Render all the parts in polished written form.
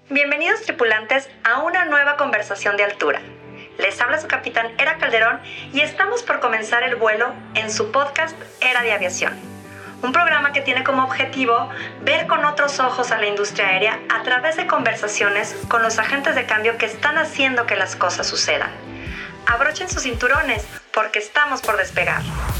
Bienvenidos tripulantes a una nueva conversación de altura. Les habla su capitán Era Calderón y estamos por comenzar el vuelo en su podcast Era de Aviación. Un programa que tiene como objetivo ver con otros ojos a la industria aérea a través de conversaciones con los agentes de cambio que están haciendo que las cosas sucedan. Abrochen sus cinturones porque estamos por despegar.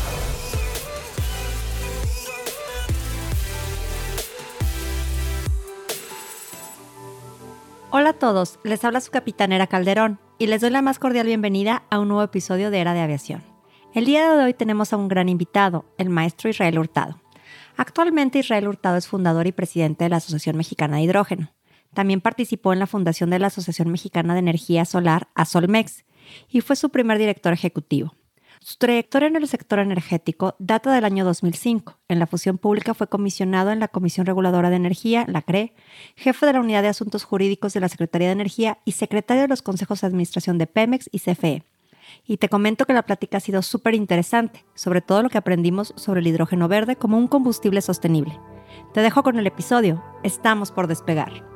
Hola a todos, les habla su capitán Era Calderón y les doy la más cordial bienvenida a un nuevo episodio de Era de Aviación. El día de hoy tenemos a un gran invitado, el maestro Israel Hurtado. Actualmente Israel Hurtado es fundador y presidente de la Asociación Mexicana de Hidrógeno. También participó en la fundación de la Asociación Mexicana de Energía Solar, ASOLMEX, y fue su primer director ejecutivo. Su trayectoria en el sector energético data del año 2005. En la función pública fue comisionado en la Comisión Reguladora de Energía, la CRE, jefe de la Unidad de Asuntos Jurídicos de la Secretaría de Energía y secretario de los Consejos de Administración de Pemex y CFE. Y te comento que la plática ha sido súper interesante, sobre todo lo que aprendimos sobre el hidrógeno verde como un combustible sostenible. Te dejo con el episodio. Estamos por despegar.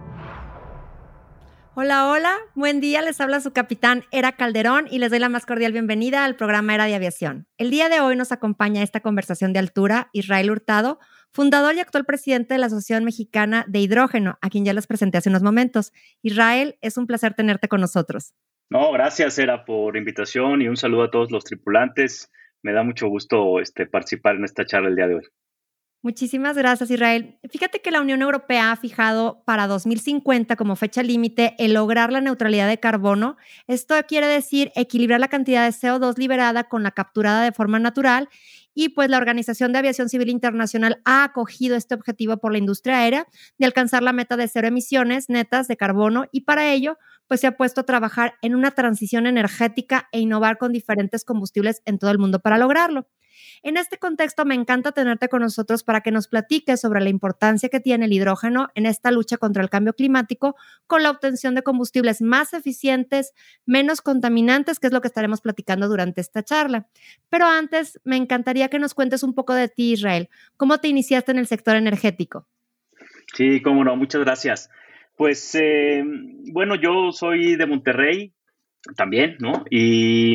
Hola, buen día, les habla su capitán Era Calderón y les doy la más cordial bienvenida al programa Era de Aviación. El día de hoy nos acompaña esta conversación de altura Israel Hurtado, fundador y actual presidente de la Asociación Mexicana de Hidrógeno, a quien ya les presenté hace unos momentos. Israel, es un placer tenerte con nosotros. No, gracias, Era, por la invitación y un saludo a todos los tripulantes. Me da mucho gusto participar en esta charla el día de hoy. Muchísimas gracias, Israel. Fíjate que la Unión Europea ha fijado para 2050 como fecha límite el lograr la neutralidad de carbono. Esto quiere decir equilibrar la cantidad de CO2 liberada con la capturada de forma natural y pues la Organización de Aviación Civil Internacional ha acogido este objetivo por la industria aérea de alcanzar la meta de cero emisiones netas de carbono y para ello pues se ha puesto a trabajar en una transición energética e innovar con diferentes combustibles en todo el mundo para lograrlo. En este contexto, me encanta tenerte con nosotros para que nos platiques sobre la importancia que tiene el hidrógeno en esta lucha contra el cambio climático con la obtención de combustibles más eficientes, menos contaminantes, que es lo que estaremos platicando durante esta charla. Pero antes, me encantaría que nos cuentes un poco de ti, Israel. ¿Cómo te iniciaste en el sector energético? Sí, cómo no, muchas gracias. Pues, bueno, yo soy de Monterrey también, ¿no? Y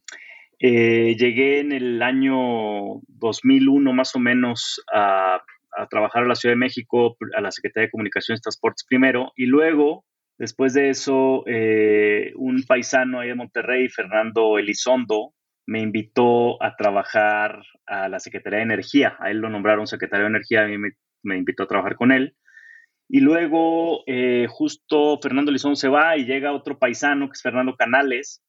llegué en el año 2001 más o menos a trabajar a la Ciudad de México, a la Secretaría de Comunicaciones y Transportes primero, y luego, después de eso, un paisano ahí de Monterrey, Fernando Elizondo, me invitó a trabajar a la Secretaría de Energía. A él lo nombraron secretario de Energía, a mí me invitó a trabajar con él. Y luego, justo Fernando Elizondo se va y llega otro paisano, que es Fernando Canales,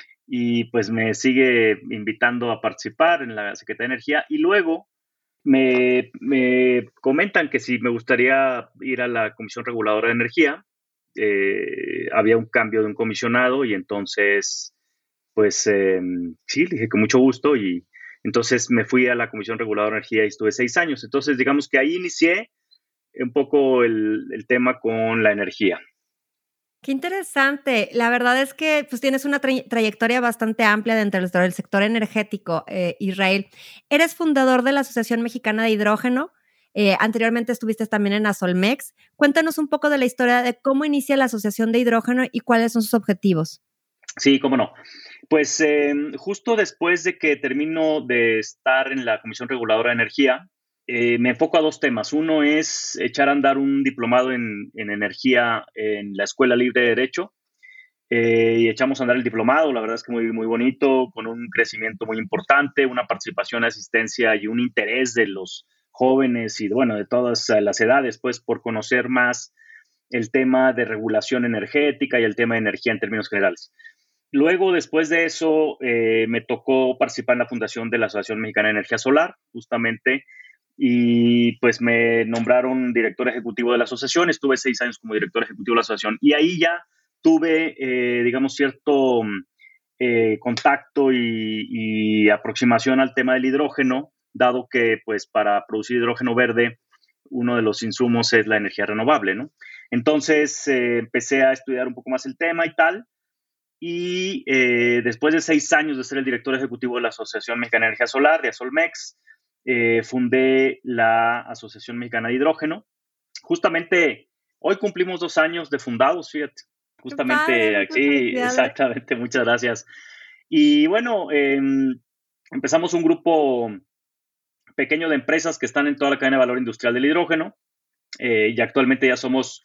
y pues me sigue invitando a participar en la Secretaría de Energía. Y luego me comentan que si me gustaría ir a la Comisión Reguladora de Energía. Había un cambio de un comisionado y entonces, pues sí, dije con mucho gusto y entonces me fui a la Comisión Reguladora de Energía y estuve 6 años. Entonces, digamos que ahí inicié un poco el tema con la energía. Qué interesante. La verdad es que pues, tienes una trayectoria bastante amplia dentro del sector energético, Israel. Eres fundador de la Asociación Mexicana de Hidrógeno. Anteriormente estuviste también en ASOLMEX. Cuéntanos un poco de la historia de cómo inicia la Asociación de Hidrógeno y cuáles son sus objetivos. Sí, cómo no. Pues justo después de que termino de estar en la Comisión Reguladora de Energía, me enfoco a 2 temas. Uno es echar a andar un diplomado en energía en la Escuela Libre de Derecho y echamos a andar el diplomado. La verdad es que muy, muy bonito, con un crecimiento muy importante, una participación, asistencia y un interés de los jóvenes y, bueno, de todas las edades, pues, por conocer más el tema de regulación energética y el tema de energía en términos generales. Luego, después de eso, me tocó participar en la fundación de la Asociación Mexicana de Energía Solar, justamente, y pues me nombraron director ejecutivo de la asociación. Estuve 6 años como director ejecutivo de la asociación y ahí ya tuve, digamos, cierto contacto y aproximación al tema del hidrógeno, dado que pues para producir hidrógeno verde uno de los insumos es la energía renovable, ¿no? Entonces empecé a estudiar un poco más el tema y tal. Y después de 6 años de ser el director ejecutivo de la Asociación Mexicana de Energía Solar, de ASOLMEX, fundé la Asociación Mexicana de Hidrógeno. Justamente Hoy cumplimos 2 años de fundados, fíjate, Qué padre, justamente muchas aquí, felicidades. exactamente, muchas gracias. Y bueno, empezamos un grupo pequeño de empresas que están en toda la cadena de valor industrial del hidrógeno, y actualmente ya somos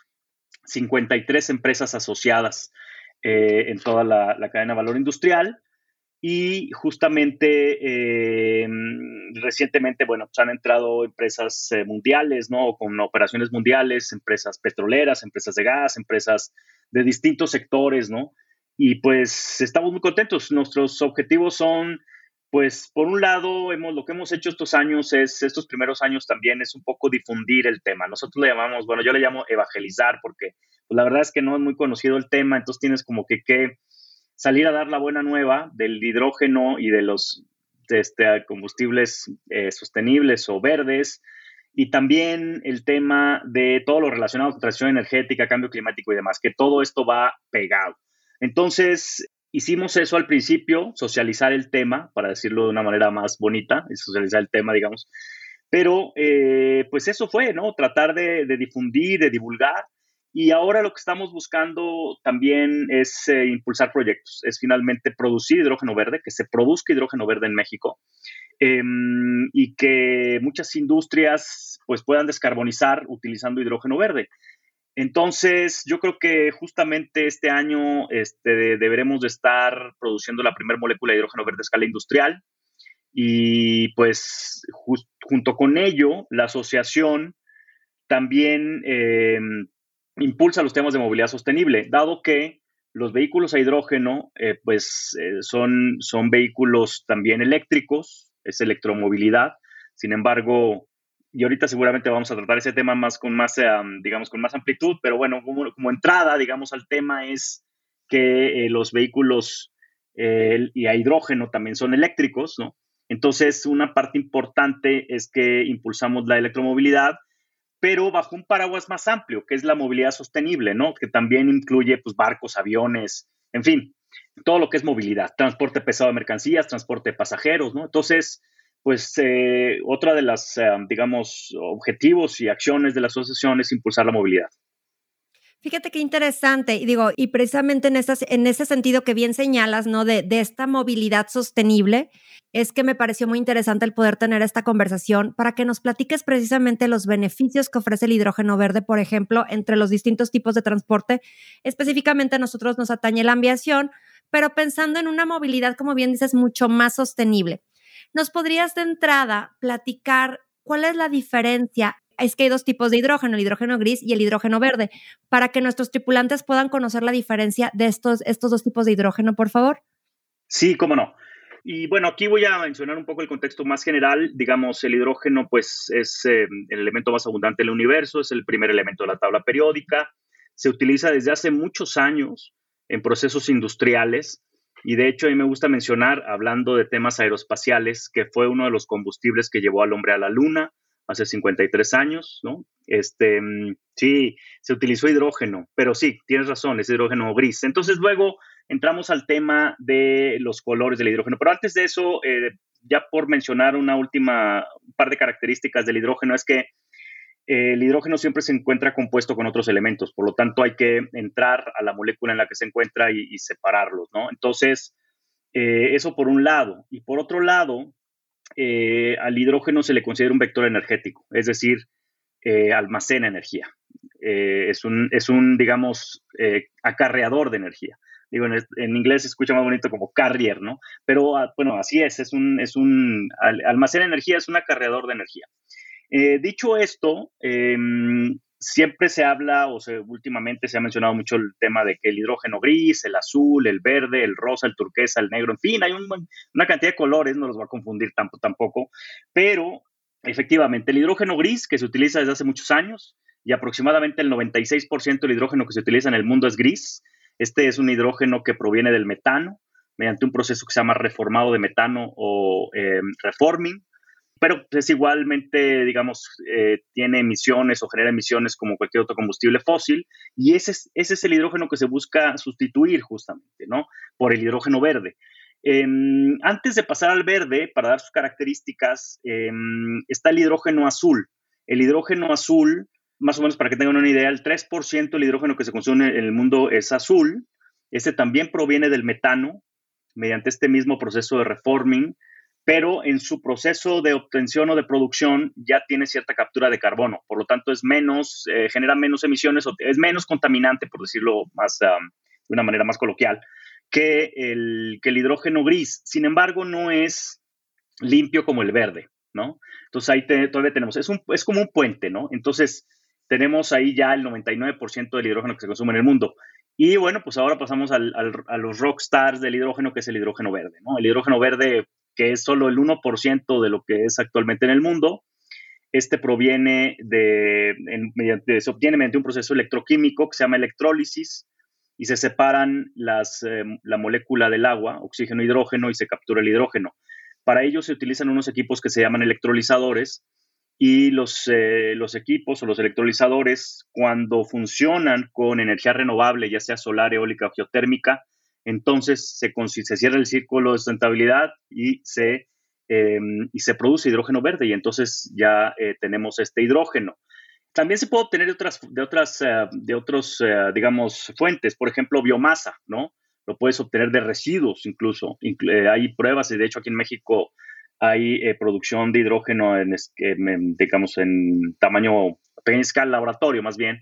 53 empresas asociadas en toda la cadena de valor industrial. Y justamente recientemente, bueno, pues han entrado empresas mundiales, ¿no? Con operaciones mundiales, empresas petroleras, empresas de gas, empresas de distintos sectores, ¿no? Y pues estamos muy contentos. Nuestros objetivos son, pues, por un lado, lo que hemos hecho estos primeros años también es un poco difundir el tema. Nosotros le llamamos, bueno, yo le llamo evangelizar porque pues, la verdad es que no es muy conocido el tema, entonces tienes como que salir a dar la buena nueva del hidrógeno y de los combustibles sostenibles o verdes, y también el tema de todo lo relacionado con transición energética, cambio climático y demás, que todo esto va pegado. Entonces, hicimos eso al principio, socializar el tema, para decirlo de una manera más bonita, socializar el tema, digamos, pero pues eso fue, ¿no? Tratar de difundir, de divulgar, y ahora lo que estamos buscando también es impulsar proyectos, es finalmente producir hidrógeno verde, que se produzca hidrógeno verde en México, eh, y que muchas industrias pues puedan descarbonizar utilizando hidrógeno verde. Entonces, yo creo que justamente este año deberemos de estar produciendo la primera molécula de hidrógeno verde a escala industrial, y pues junto con ello, la asociación también impulsa los temas de movilidad sostenible, dado que los vehículos a hidrógeno son vehículos también eléctricos, es electromovilidad. Sin embargo, y ahorita seguramente vamos a tratar ese tema digamos, con más amplitud, pero bueno, como entrada, digamos, al tema es que los vehículos y a hidrógeno también son eléctricos, ¿no? Entonces, una parte importante es que impulsamos la electromovilidad, pero bajo un paraguas más amplio, que es la movilidad sostenible, ¿no? Que también incluye pues, barcos, aviones, en fin, todo lo que es movilidad, transporte pesado de mercancías, transporte de pasajeros, ¿no? Entonces, pues otra de las, digamos, objetivos y acciones de la asociación es impulsar la movilidad. Fíjate qué interesante, y digo, y precisamente en ese sentido que bien señalas, ¿no? De esta movilidad sostenible, es que me pareció muy interesante el poder tener esta conversación para que nos platiques precisamente los beneficios que ofrece el hidrógeno verde, por ejemplo, entre los distintos tipos de transporte. Específicamente a nosotros nos atañe la aviación, pero pensando en una movilidad, como bien dices, mucho más sostenible. ¿Nos podrías de entrada platicar cuál es la diferencia? Es que hay dos tipos de hidrógeno, el hidrógeno gris y el hidrógeno verde, para que nuestros tripulantes puedan conocer la diferencia de estos dos tipos de hidrógeno, por favor. Sí, cómo no. Y bueno, aquí voy a mencionar un poco el contexto más general. Digamos, el hidrógeno, pues, es el elemento más abundante del universo, es el primer elemento de la tabla periódica. Se utiliza desde hace muchos años en procesos industriales, y de hecho, a mí me gusta mencionar, hablando de temas aeroespaciales, que fue uno de los combustibles que llevó al hombre a la Luna hace 53 años, ¿no? Sí, se utilizó hidrógeno, pero sí, tienes razón, es hidrógeno gris. Entonces, luego entramos al tema de los colores del hidrógeno. Pero antes de eso, ya por mencionar un par de características del hidrógeno, es que el hidrógeno siempre se encuentra compuesto con otros elementos, por lo tanto hay que entrar a la molécula en la que se encuentra y separarlos, ¿no? Entonces, eso por un lado. Y por otro lado, al hidrógeno se le considera un vector energético, es decir, almacena energía. Es un digamos, acarreador de energía. Digo, en inglés se escucha más bonito como carrier, ¿no? Pero bueno, así almacena energía, es un acarreador de energía. Dicho esto, siempre se habla, últimamente se ha mencionado mucho el tema de que el hidrógeno gris, el azul, el verde, el rosa, el turquesa, el negro, en fin, hay una cantidad de colores, no los voy a confundir tampoco, pero efectivamente el hidrógeno gris, que se utiliza desde hace muchos años, y aproximadamente el 96% del hidrógeno que se utiliza en el mundo es gris. Este es un hidrógeno que proviene del metano, mediante un proceso que se llama reformado de metano o reforming, pero es igualmente, digamos, tiene emisiones o genera emisiones como cualquier otro combustible fósil, y ese es el hidrógeno que se busca sustituir justamente, ¿no? Por el hidrógeno verde. Antes de pasar al verde, para dar sus características, está el hidrógeno azul. El hidrógeno azul más o menos para que tengan una idea, el 3% del hidrógeno que se consume en el mundo es azul. Este también proviene del metano mediante este mismo proceso de reforming, pero en su proceso de obtención o de producción ya tiene cierta captura de carbono. Por lo tanto, es menos, genera menos emisiones, es menos contaminante, por decirlo más, de una manera más coloquial, que el hidrógeno gris. Sin embargo, no es limpio como el verde, ¿no? Entonces ahí todavía tenemos, es como un puente, ¿no? Entonces tenemos ahí ya el 99% del hidrógeno que se consume en el mundo. Y bueno, pues ahora pasamos a los rockstars del hidrógeno, que es el hidrógeno verde, ¿no? El hidrógeno verde, que es solo el 1% de lo que es actualmente en el mundo, proviene se obtiene mediante un proceso electroquímico que se llama electrólisis, y se separan la molécula del agua, oxígeno e hidrógeno, y se captura el hidrógeno. Para ello se utilizan unos equipos que se llaman electrolizadores, y los equipos o los electrolizadores, cuando funcionan con energía renovable, ya sea solar, eólica o geotérmica, entonces se cierra el círculo de sustentabilidad y se produce hidrógeno verde, y entonces ya tenemos este hidrógeno. También se puede obtener de otras, digamos, fuentes, por ejemplo, biomasa, ¿no? Lo puedes obtener de residuos incluso. Hay pruebas, y de hecho aquí en México hay producción de hidrógeno digamos, en tamaño, pequeña escala, laboratorio más bien,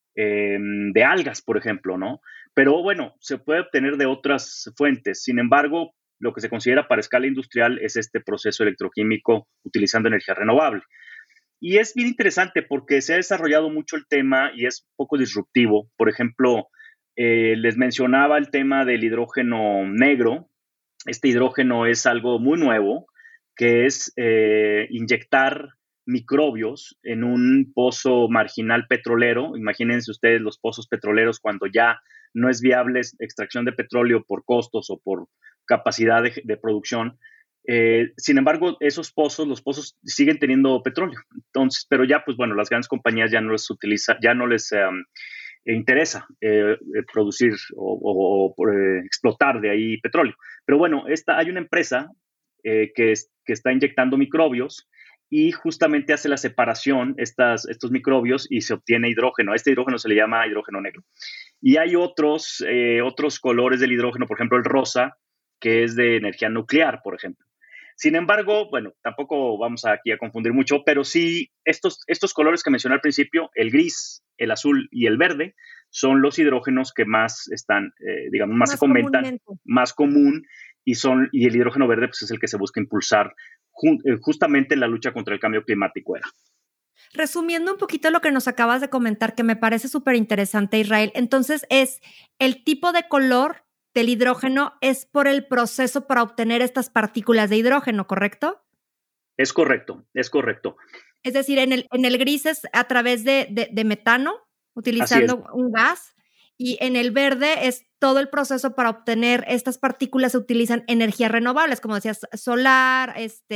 de algas, por ejemplo, ¿no? Pero bueno, se puede obtener de otras fuentes. Sin embargo, lo que se considera para escala industrial es este proceso electroquímico utilizando energía renovable. Y es bien interesante porque se ha desarrollado mucho el tema y es un poco disruptivo. Por ejemplo, les mencionaba el tema del hidrógeno negro. Este hidrógeno es algo muy nuevo, que es inyectar microbios en un pozo marginal petrolero. Imagínense ustedes los pozos petroleros cuando ya no es viable extracción de petróleo por costos o por capacidad de producción. Sin embargo, los pozos siguen teniendo petróleo. Entonces, pero ya, pues bueno, las grandes compañías ya no les interesa producir o explotar de ahí petróleo. Pero bueno, hay una empresa que está inyectando microbios y justamente hace la separación, estos microbios, y se obtiene hidrógeno. A este hidrógeno se le llama hidrógeno negro. Y hay otros colores del hidrógeno, por ejemplo, el rosa, que es de energía nuclear, por ejemplo. Sin embargo, bueno, tampoco vamos aquí a confundir mucho, pero sí, estos colores que mencioné al principio, el gris, el azul y el verde, son los hidrógenos que más están, digamos, más se comentan, más común, y el hidrógeno verde pues, es el que se busca impulsar justamente en la lucha contra el cambio climático. Resumiendo un poquito lo que nos acabas de comentar, que me parece súper interesante, Israel, entonces es el tipo de color del hidrógeno es por el proceso para obtener estas partículas de hidrógeno, ¿correcto? Es correcto, es correcto. Es decir, en el gris es a través de metano, utilizando un gas, y en el verde es todo el proceso para obtener estas partículas. Se utilizan energías renovables, como decías, solar,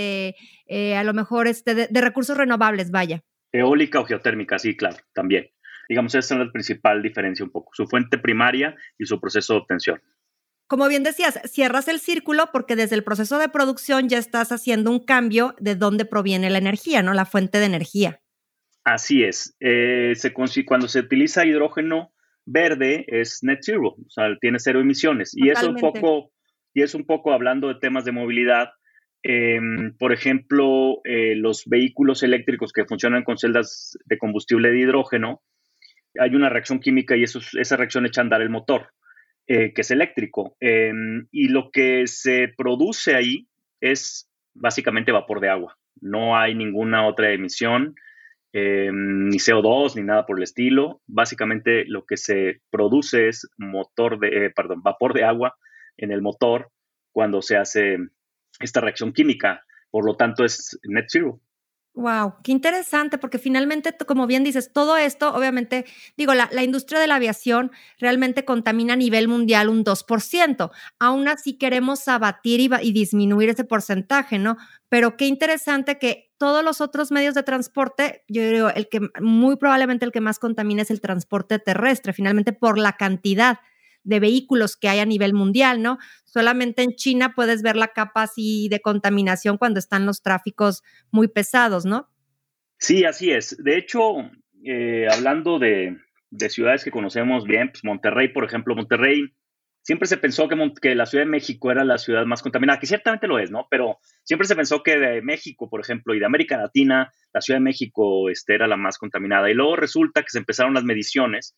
a lo mejor de recursos renovables, vaya. Eólica o geotérmica, sí, claro, también. Digamos, esa es la principal diferencia un poco, su fuente primaria y su proceso de obtención. Como bien decías, cierras el círculo porque desde el proceso de producción ya estás haciendo un cambio de dónde proviene la energía, ¿no? La fuente de energía. Así es. Cuando se utiliza hidrógeno verde es net zero, o sea, tiene cero emisiones. Totalmente. Y es un poco hablando de temas de movilidad. Por ejemplo, los vehículos eléctricos que funcionan con celdas de combustible de hidrógeno, hay una reacción química y esa reacción echa a andar el motor, que es eléctrico. Y lo que se produce ahí es básicamente vapor de agua. No hay ninguna otra emisión, ni CO2, ni nada por el estilo. Básicamente lo que se produce es vapor de agua en el motor cuando se hace esta reacción química. Por lo tanto, es net zero. Wow, qué interesante, porque finalmente, como bien dices, todo esto, obviamente, digo, la industria de la aviación realmente contamina a nivel mundial un 2%. Aún así queremos abatir y disminuir ese porcentaje, ¿no? Pero qué interesante que todos los otros medios de transporte, yo digo, muy probablemente el que más contamina es el transporte terrestre, finalmente por la cantidad de vehículos que hay a nivel mundial, ¿no? Solamente en China puedes ver la capa así de contaminación cuando están los tráficos muy pesados, ¿no? Sí, así es. De hecho, hablando de ciudades que conocemos bien, pues Monterrey, por ejemplo, Monterrey, siempre se pensó que la Ciudad de México era la ciudad más contaminada, que ciertamente lo es, ¿no? Pero siempre se pensó que de México, por ejemplo, y de América Latina, la Ciudad de México era la más contaminada. Y luego resulta que se empezaron las mediciones,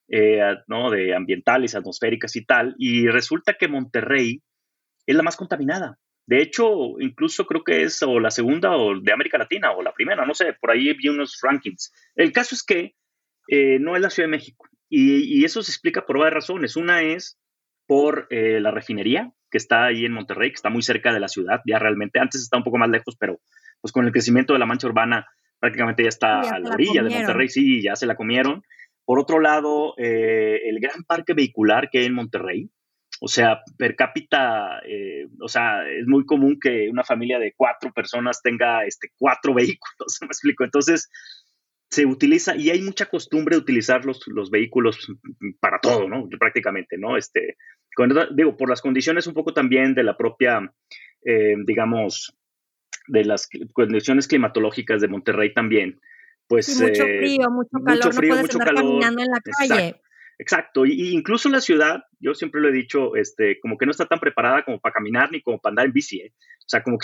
¿no? De ambientales, atmosféricas y tal, y resulta que Monterrey es la más contaminada. De hecho, incluso creo que es o la segunda o de América Latina o la primera, no sé, por ahí vi unos rankings. El caso es que no es la Ciudad de México y eso se explica por varias razones. Una es por la refinería que está ahí en Monterrey, que está muy cerca de la ciudad, ya realmente, antes está un poco más lejos, pero pues con el crecimiento de la mancha urbana prácticamente ya está Ya a se la la orilla de Monterrey, comieron. sí, ya se la comieron. Por otro lado, el gran parque vehicular que hay en Monterrey, o sea, per cápita, o sea, es muy común que una familia de 4 personas tenga 4 vehículos, ¿me explico? Entonces, se utiliza y hay mucha costumbre de utilizar los vehículos para todo, ¿no? Prácticamente, ¿no? Digo, por las condiciones un poco también de la propia, digamos, de las condiciones climatológicas de Monterrey también, Sí, pues mucho frío, mucho mucho calor, no frío, puedes mucho andar calor, caminando en la exacto, calle. exacto. Y incluso la ciudad, yo siempre lo he dicho, como que no está tan preparada como para caminar ni como para andar en bici, ¿eh? O sea, como que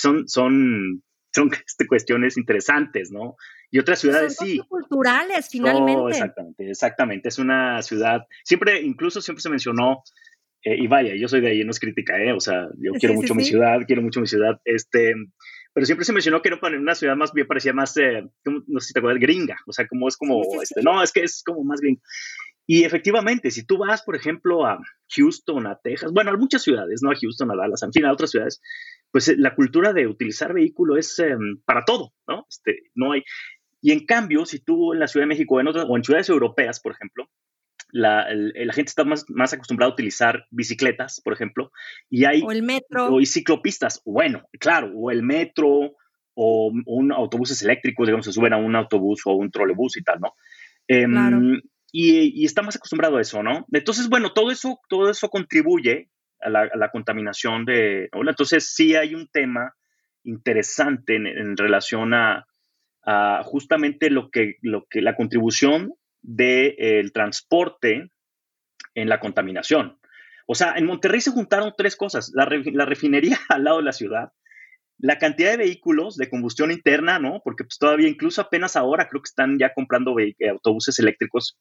son cuestiones interesantes, ¿no? Y otras Pues son ciudades sí. socioculturales, No, finalmente. exactamente, exactamente. Es una ciudad, incluso siempre se mencionó, y vaya, yo soy de ahí, no es crítica, o sea, yo quiero Sí, sí, mucho mi sí. ciudad, quiero mucho mi ciudad, pero siempre se mencionó que era una ciudad más bien, parecía más, no sé si te acuerdas, gringa, o sea, como es Sí, sí, como, sí. no, es que es como más gringa. Y efectivamente, si tú vas, por ejemplo, a Houston, a Texas, bueno, a muchas ciudades, no a Houston, a Dallas, en fin, a otras ciudades, pues la cultura de utilizar vehículo es para todo, ¿no? No hay, y en cambio, si tú en la Ciudad de México o en ciudades europeas, por ejemplo, la gente está más acostumbrada a utilizar bicicletas, por ejemplo, y O hay, el o metro, hay ciclopistas, bueno, claro, o el metro, o un autobuses eléctricos, digamos, se suben a un autobús o un trolebús y tal, ¿no? claro. Em, y está más acostumbrado a eso, ¿no? Entonces, bueno, todo eso contribuye a la contaminación ¿no? Entonces, sí hay un tema interesante en relación a justamente lo que la contribución del transporte en la contaminación. O sea, en Monterrey se juntaron tres cosas: la refinería al lado de la ciudad, la cantidad de vehículos de combustión interna, ¿no? Porque pues todavía, incluso apenas ahora, creo que están ya comprando autobuses eléctricos,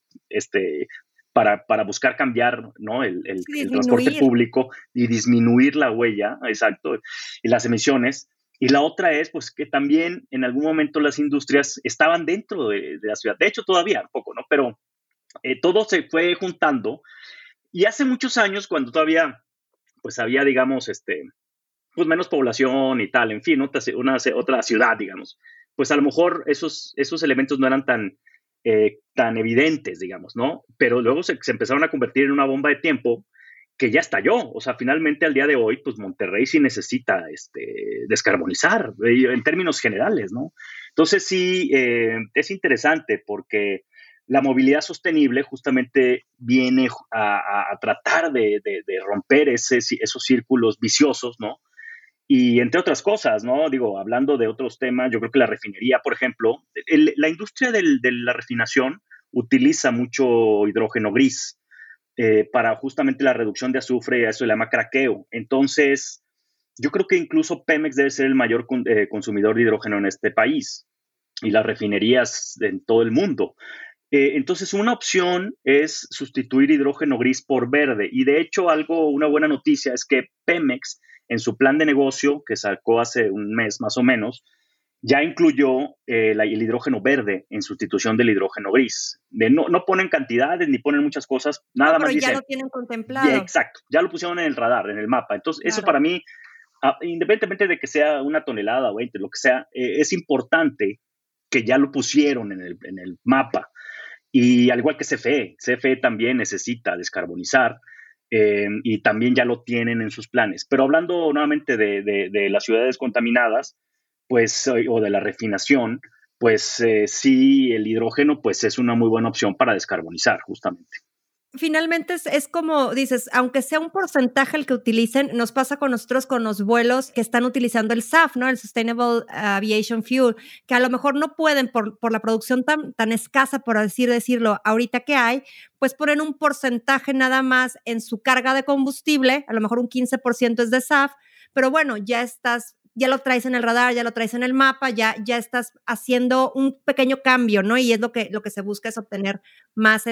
para buscar cambiar, ¿no? Sí, El transporte disminuir. público y disminuir la huella, exacto, y las emisiones. Y la otra es, pues, que también en algún momento las industrias estaban dentro de la ciudad. De hecho, todavía un poco, ¿no? Pero todo se fue juntando. Y hace muchos años, cuando todavía, pues, había, digamos, pues menos población y tal, en fin, otra ciudad, digamos, pues a lo mejor esos elementos no eran tan evidentes, digamos, ¿no? Pero luego se empezaron a convertir en una bomba de tiempo que ya estalló. O sea, finalmente al día de hoy, pues Monterrey sí necesita descarbonizar en términos generales, ¿no? Entonces sí, es interesante porque la movilidad sostenible justamente viene a tratar de romper esos círculos viciosos, ¿no? Y entre otras cosas, ¿no? Digo, hablando de otros temas, yo creo que la refinería, por ejemplo, la industria de la refinación utiliza mucho hidrógeno gris para justamente la reducción de azufre, y a eso se le llama craqueo. Entonces, yo creo que incluso Pemex debe ser el mayor consumidor de hidrógeno en este país y las refinerías en todo el mundo. Entonces, una opción es sustituir hidrógeno gris por verde. Y de hecho, una buena noticia es que Pemex, en su plan de negocio que sacó hace un mes más o menos, ya incluyó el hidrógeno verde en sustitución del hidrógeno gris. No ponen cantidades ni ponen muchas cosas, No, nada pero más ya lo dice, tienen ya, contemplado. exacto, ya lo pusieron en el radar, en el mapa. Entonces, eso Claro. para mí, independientemente de que sea una tonelada o 20, lo que sea, es importante que ya lo pusieron en el mapa. Y al igual que CFE también necesita descarbonizar y también ya lo tienen en sus planes. Pero hablando nuevamente de las ciudades contaminadas, pues, o de la refinación, pues sí, el hidrógeno pues es una muy buena opción para descarbonizar, justamente. finalmente es como dices, aunque sea un porcentaje el que utilicen, nos pasa con nosotros con los vuelos que están utilizando el SAF, ¿no? El Sustainable Aviation Fuel, que a lo mejor no pueden por la producción tan escasa, por decirlo, ahorita que hay, pues ponen un porcentaje nada más en su carga de combustible, a lo mejor un 15% es de SAF, pero bueno, ya lo traes en el radar, ya lo traes en el mapa, ya estás haciendo un pequeño cambio, ¿no? Y es lo que se busca es obtener más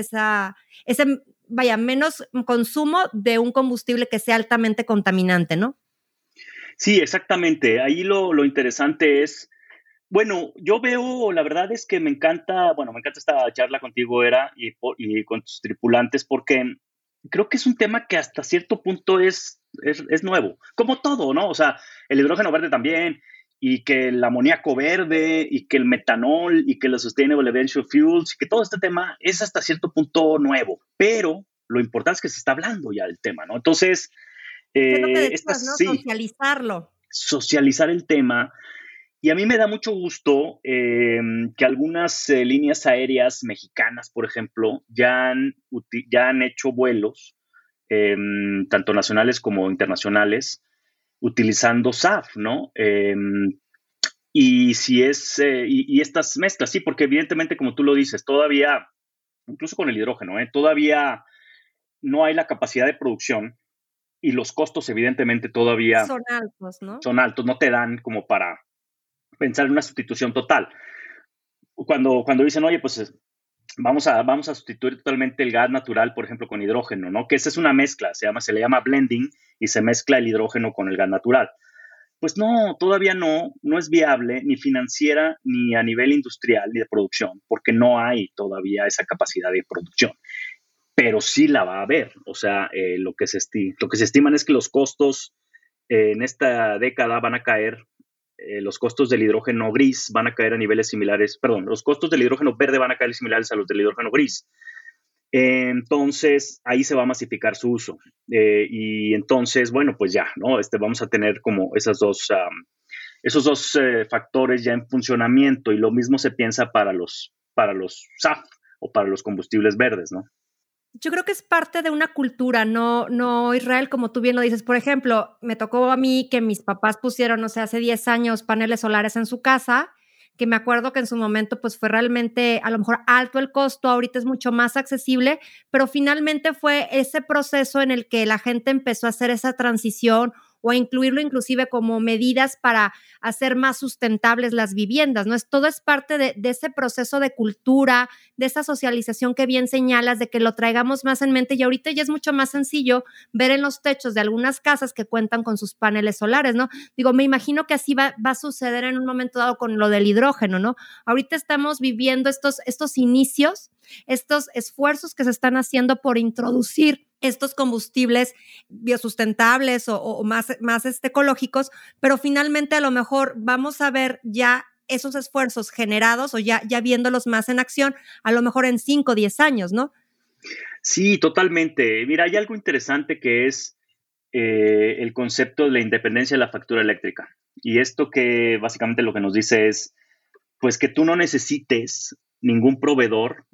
menos consumo de un combustible que sea altamente contaminante, ¿no? Sí, exactamente. Ahí lo interesante es, bueno, yo veo, la verdad es que me encanta esta charla contigo, Era, y con tus tripulantes, porque creo que es un tema que hasta cierto punto es nuevo, como todo, ¿no? O sea, el hidrógeno verde también, y que el amoníaco verde, y que el metanol, y que los Sustainable Aviation Fuels, y que todo este tema es hasta cierto punto nuevo, pero lo importante es que se está hablando ya del tema, ¿no? Entonces, ¿Qué es lo que decías, no? sí, Socializarlo. socializar el tema. Y a mí me da mucho gusto que algunas líneas aéreas mexicanas, por ejemplo, ya han hecho vuelos, tanto nacionales como internacionales, utilizando SAF, ¿no? Y si es, y estas mezclas, sí, porque evidentemente, como tú lo dices, todavía, incluso con el hidrógeno, todavía no hay la capacidad de producción y los costos, evidentemente, todavía Son altos, ¿no? son altos, no te dan como para pensar en una sustitución total. Cuando dicen, oye, pues vamos a sustituir totalmente el gas natural, por ejemplo, con hidrógeno, ¿no? Que esa es una mezcla, se le llama blending y se mezcla el hidrógeno con el gas natural. Pues no, todavía no es viable ni financiera ni a nivel industrial ni de producción, porque no hay todavía esa capacidad de producción. Pero sí la va a haber. O sea, lo que se estiman es que los costos en esta década van a caer, los costos del hidrógeno gris van a caer a niveles similares, perdón, los costos del hidrógeno verde van a caer similares a los del hidrógeno gris. Entonces, ahí se va a masificar su uso. Y entonces, bueno, pues ya, ¿no? Vamos a tener como esos dos factores ya en funcionamiento, y lo mismo se piensa para los SAF o para los combustibles verdes, ¿no? Yo creo que es parte de una cultura, no, Israel, como tú bien lo dices. Por ejemplo, me tocó a mí que mis papás pusieron, no sé, hace 10 años paneles solares en su casa, que me acuerdo que en su momento pues fue realmente a lo mejor alto el costo, ahorita es mucho más accesible, pero finalmente fue ese proceso en el que la gente empezó a hacer esa transición o a incluirlo inclusive como medidas para hacer más sustentables las viviendas, ¿no? Todo es parte de ese proceso de cultura, de esa socialización que bien señalas, de que lo traigamos más en mente, y ahorita ya es mucho más sencillo ver en los techos de algunas casas que cuentan con sus paneles solares, ¿no? Digo, me imagino que así va a suceder en un momento dado con lo del hidrógeno, ¿no? Ahorita estamos viviendo estos inicios, estos esfuerzos que se están haciendo por introducir estos combustibles biosustentables o más ecológicos, pero finalmente a lo mejor vamos a ver ya esos esfuerzos generados o ya viéndolos más en acción, a lo mejor en 5 o 10 años, ¿no? Sí, totalmente. Mira, hay algo interesante que es el concepto de la independencia de la factura eléctrica. Y esto que básicamente lo que nos dice es, pues, que tú no necesites ningún proveedor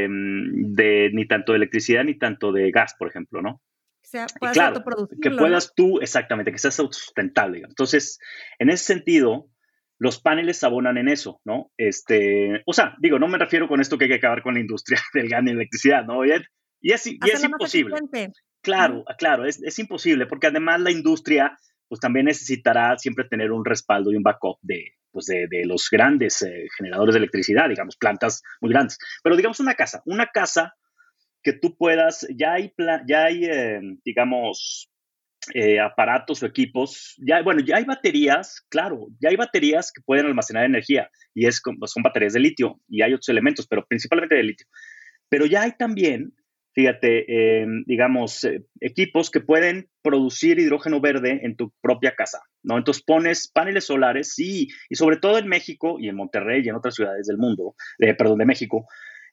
ni tanto de electricidad ni tanto de gas, por ejemplo, ¿no? O sea, Y puedas claro, que autoproducirlo, puedas ¿no? tú, exactamente, que seas autosustentable. Entonces, en ese sentido, los paneles abonan en eso, ¿no? O sea, digo, no me refiero con esto que hay que acabar con la industria del gas y la electricidad, ¿no? Y es Hacerla más imposible. eficiente. Claro, claro, es imposible, porque además la industria, pues también necesitará siempre tener un respaldo y un backup de los grandes generadores de electricidad, digamos, plantas muy grandes. Pero digamos una casa que tú puedas, ya hay digamos, aparatos o equipos, ya hay baterías, claro, ya hay baterías que pueden almacenar energía, y son baterías de litio, y hay otros elementos, pero principalmente de litio. Pero ya hay también, fíjate, digamos, equipos que pueden producir hidrógeno verde en tu propia casa, ¿no? Entonces pones paneles solares, sí, y sobre todo en México y en Monterrey y en otras ciudades del mundo, de México,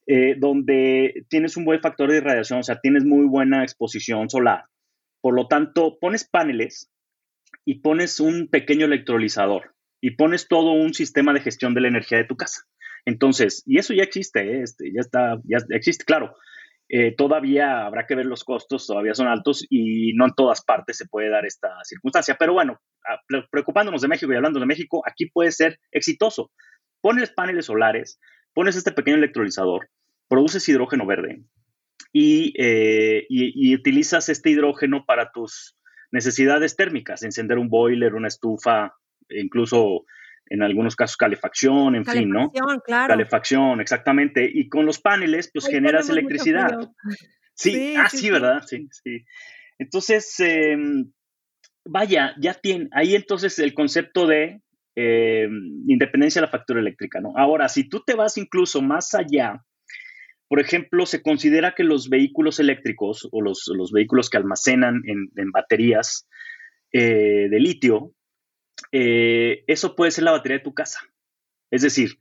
donde tienes un buen factor de irradiación, o sea, tienes muy buena exposición solar. Por lo tanto, pones paneles y pones un pequeño electrolizador y pones todo un sistema de gestión de la energía de tu casa. Entonces, y eso ya existe, ya existe, claro. Todavía habrá que ver los costos, todavía son altos y no en todas partes se puede dar esta circunstancia. Pero bueno, preocupándonos de México y hablando de México, aquí puede ser exitoso. Pones paneles solares, pones este pequeño electrolizador, produces hidrógeno verde y utilizas este hidrógeno para tus necesidades térmicas, encender un boiler, una estufa, incluso en algunos casos calefacción, en fin, ¿no? Calefacción, claro. Calefacción, exactamente. Y con los paneles, pues Hoy generas tenemos mucho electricidad. frío. Sí, Sí, sí, sí, sí. ¿verdad? Sí, sí. Entonces, vaya, ya tiene ahí entonces el concepto de independencia de la factura eléctrica, ¿no? Ahora, si tú te vas incluso más allá, por ejemplo, se considera que los vehículos eléctricos o los vehículos que almacenan en baterías de litio, eso puede ser la batería de tu casa. Es decir,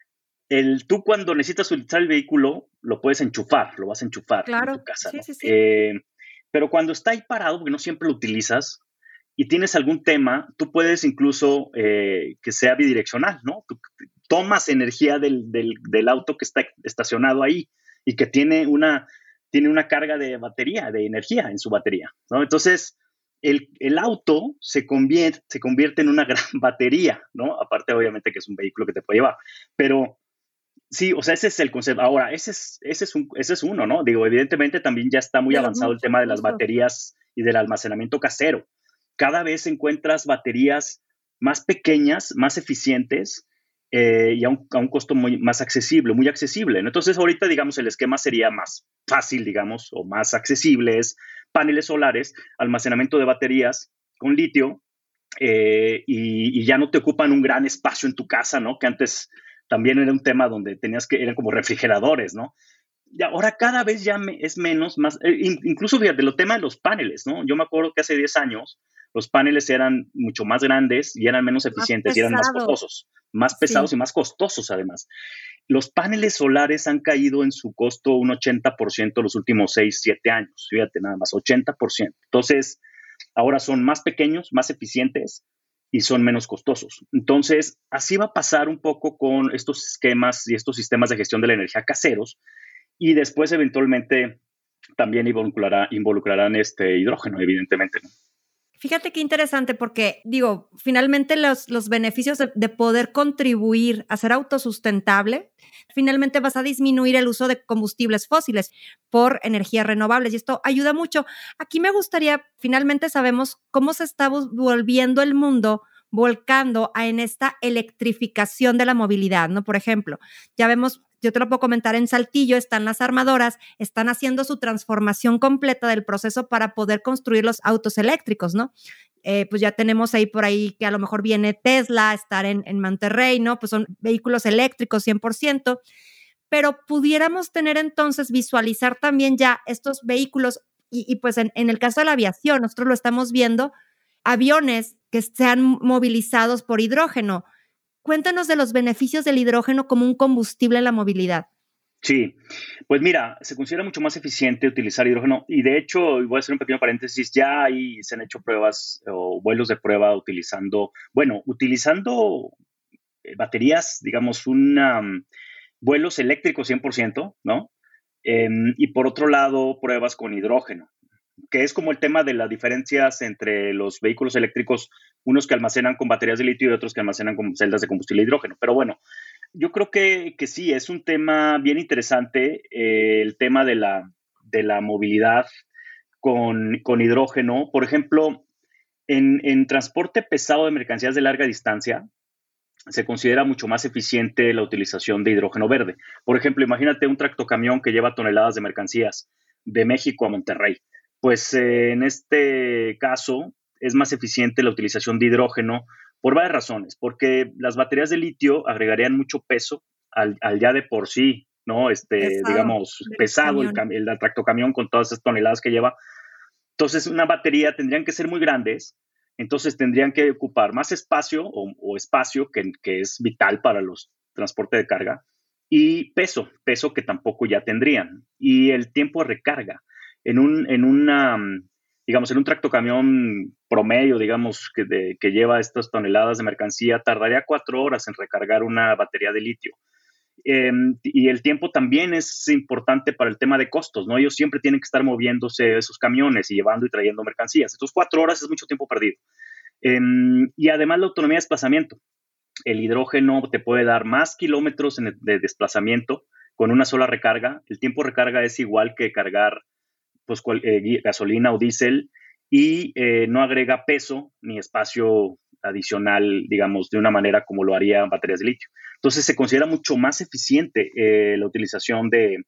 tú cuando necesitas utilizar el vehículo, lo puedes enchufar, lo vas a enchufar en tu Claro. casa, Sí, ¿no? sí, sí. Pero cuando está ahí parado, porque no siempre lo utilizas, y tienes algún tema, tú puedes incluso que sea bidireccional, ¿no? Tú tomas energía del auto que está estacionado ahí y que tiene una carga de batería, de energía en su batería, ¿no? Entonces, el auto se convierte en una gran batería, ¿no? Aparte, obviamente, que es un vehículo que te puede llevar. Pero sí, o sea, ese es el concepto. Ahora, ese es uno, ¿no? Digo, evidentemente también ya está muy De los avanzado el muchos tema de las usos. baterías y del almacenamiento casero. Cada vez encuentras baterías más pequeñas, más eficientes y a un costo más accesible, muy accesible, ¿no? Entonces, ahorita, digamos, el esquema sería más fácil, digamos, o más accesible, es paneles solares, almacenamiento de baterías con litio, y ya no te ocupan un gran espacio en tu casa, ¿no? Que antes también era un tema donde eran como refrigeradores, ¿no? Y ahora cada vez ya es menos, más, incluso fíjate, lo tema de los paneles, ¿no? Yo me acuerdo que hace 10 años los paneles eran mucho más grandes y eran menos Más eficientes y eran más pesados. costosos, más pesados Sí. y más costosos además. Los paneles solares han caído en su costo un 80% los últimos 6, 7 años, fíjate nada más, 80%. Entonces, ahora son más pequeños, más eficientes y son menos costosos. Entonces, así va a pasar un poco con estos esquemas y estos sistemas de gestión de la energía caseros y después eventualmente también involucrarán este hidrógeno, evidentemente, ¿no? Fíjate qué interesante porque, digo, finalmente los beneficios de poder contribuir a ser autosustentable, finalmente vas a disminuir el uso de combustibles fósiles por energías renovables y esto ayuda mucho. Aquí me gustaría, finalmente sabemos cómo se está volviendo el mundo volcando en esta electrificación de la movilidad, ¿no? Por ejemplo, ya vemos, yo te lo puedo comentar, en Saltillo están las armadoras, están haciendo su transformación completa del proceso para poder construir los autos eléctricos, ¿no? Pues ya tenemos ahí por ahí que a lo mejor viene Tesla, estar en Monterrey, ¿no? Pues son vehículos eléctricos 100%, pero pudiéramos tener entonces, visualizar también ya estos vehículos y pues en el caso de la aviación, nosotros lo estamos viendo, aviones que sean movilizados por hidrógeno. Cuéntanos de los beneficios del hidrógeno como un combustible en la movilidad. Sí, pues mira, se considera mucho más eficiente utilizar hidrógeno y de hecho, voy a hacer un pequeño paréntesis, ya ahí se han hecho pruebas o vuelos de prueba utilizando baterías, digamos, vuelos eléctricos 100%, ¿no? Y por otro lado, pruebas con hidrógeno, que es como el tema de las diferencias entre los vehículos eléctricos, unos que almacenan con baterías de litio y otros que almacenan con celdas de combustible de hidrógeno. Pero bueno, yo creo que sí, es un tema bien interesante, el tema de la movilidad con hidrógeno. Por ejemplo, en transporte pesado de mercancías de larga distancia, se considera mucho más eficiente la utilización de hidrógeno verde. Por ejemplo, imagínate un tractocamión que lleva toneladas de mercancías de México a Monterrey. Pues en este caso es más eficiente la utilización de hidrógeno por varias razones, porque las baterías de litio agregarían mucho peso al ya de por sí, ¿no? Pesado Digamos, del pesado el, camión. el tractocamión con todas esas toneladas que lleva. Entonces, una batería tendrían que ser muy grandes, entonces tendrían que ocupar más espacio o espacio que es vital para los transportes de carga y peso que tampoco ya tendrían. Y el tiempo de recarga. Digamos, en un tractocamión promedio, digamos, que lleva estas toneladas de mercancía, tardaría 4 horas en recargar una batería de litio. Y el tiempo también es importante para el tema de costos, ¿no? Ellos siempre tienen que estar moviéndose esos camiones y llevando y trayendo mercancías. Entonces, 4 horas es mucho tiempo perdido. Y además la autonomía de desplazamiento. El hidrógeno te puede dar más kilómetros de desplazamiento con una sola recarga. El tiempo de recarga es igual que cargar pues, gasolina o diésel y no agrega peso ni espacio adicional, digamos, de una manera como lo harían baterías de litio. Entonces se considera mucho más eficiente la utilización de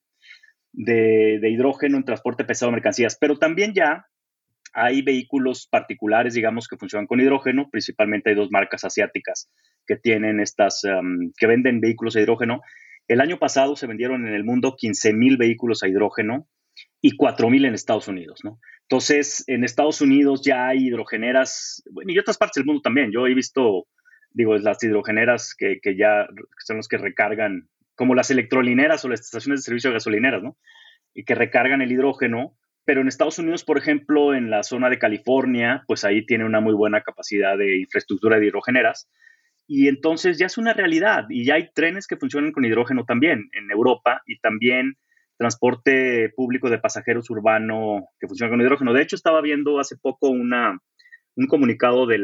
hidrógeno en transporte pesado de mercancías, pero también ya hay vehículos particulares, digamos, que funcionan con hidrógeno. Principalmente hay 2 marcas asiáticas que tienen que venden vehículos a hidrógeno. El año pasado se vendieron en el mundo 15,000 vehículos a hidrógeno y 4,000 en Estados Unidos, ¿no? Entonces, en Estados Unidos ya hay hidrogeneras, bueno, y otras partes del mundo también. Yo he visto, las hidrogeneras que ya son los que recargan, como las electrolineras o las estaciones de servicio de gasolineras, ¿no? Y que recargan el hidrógeno. Pero en Estados Unidos, por ejemplo, en la zona de California, pues ahí tiene una muy buena capacidad de infraestructura de hidrogeneras. Y entonces ya es una realidad. Y ya hay trenes que funcionan con hidrógeno también en Europa, y también transporte público de pasajeros urbano que funciona con hidrógeno. De hecho, estaba viendo hace poco un comunicado de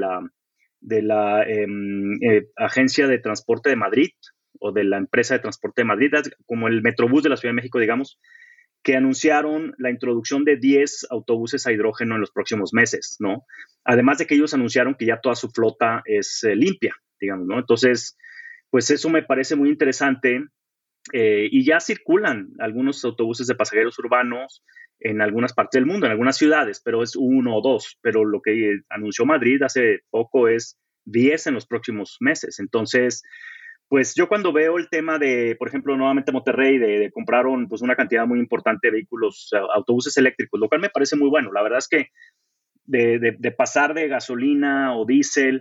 la Agencia de Transporte de Madrid, o de la empresa de transporte de Madrid, como el Metrobús de la Ciudad de México, digamos, que anunciaron la introducción de 10 autobuses a hidrógeno en los próximos meses, ¿no? Además de que ellos anunciaron que ya toda su flota es limpia, digamos, ¿no? Entonces, pues eso me parece muy interesante. Y ya circulan algunos autobuses de pasajeros urbanos en algunas partes del mundo, en algunas ciudades, pero es 1 o 2. Pero lo que anunció Madrid hace poco es 10 en los próximos meses. Entonces, pues yo cuando veo el tema de, por ejemplo, nuevamente Monterrey, de compraron pues una cantidad muy importante de vehículos, autobuses eléctricos, lo cual me parece muy bueno. La verdad es que de pasar de gasolina o diésel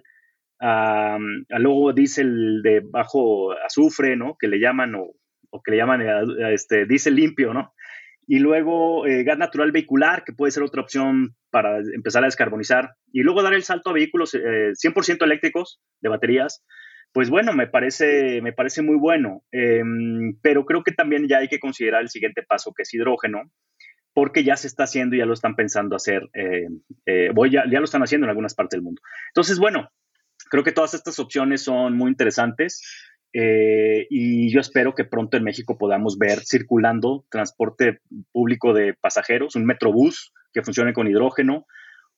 a luego diésel de bajo azufre, ¿no? Que le llaman, o que le llaman diésel limpio, ¿no? Y luego gas natural vehicular, que puede ser otra opción para empezar a descarbonizar, y luego dar el salto a vehículos 100% eléctricos de baterías. Pues bueno, me parece muy bueno, pero creo que también ya hay que considerar el siguiente paso, que es hidrógeno, porque ya se está haciendo y ya lo están pensando hacer, ya lo están haciendo en algunas partes del mundo. Entonces, bueno, creo que todas estas opciones son muy interesantes, y yo espero que pronto en México podamos ver circulando transporte público de pasajeros, un metrobús que funcione con hidrógeno,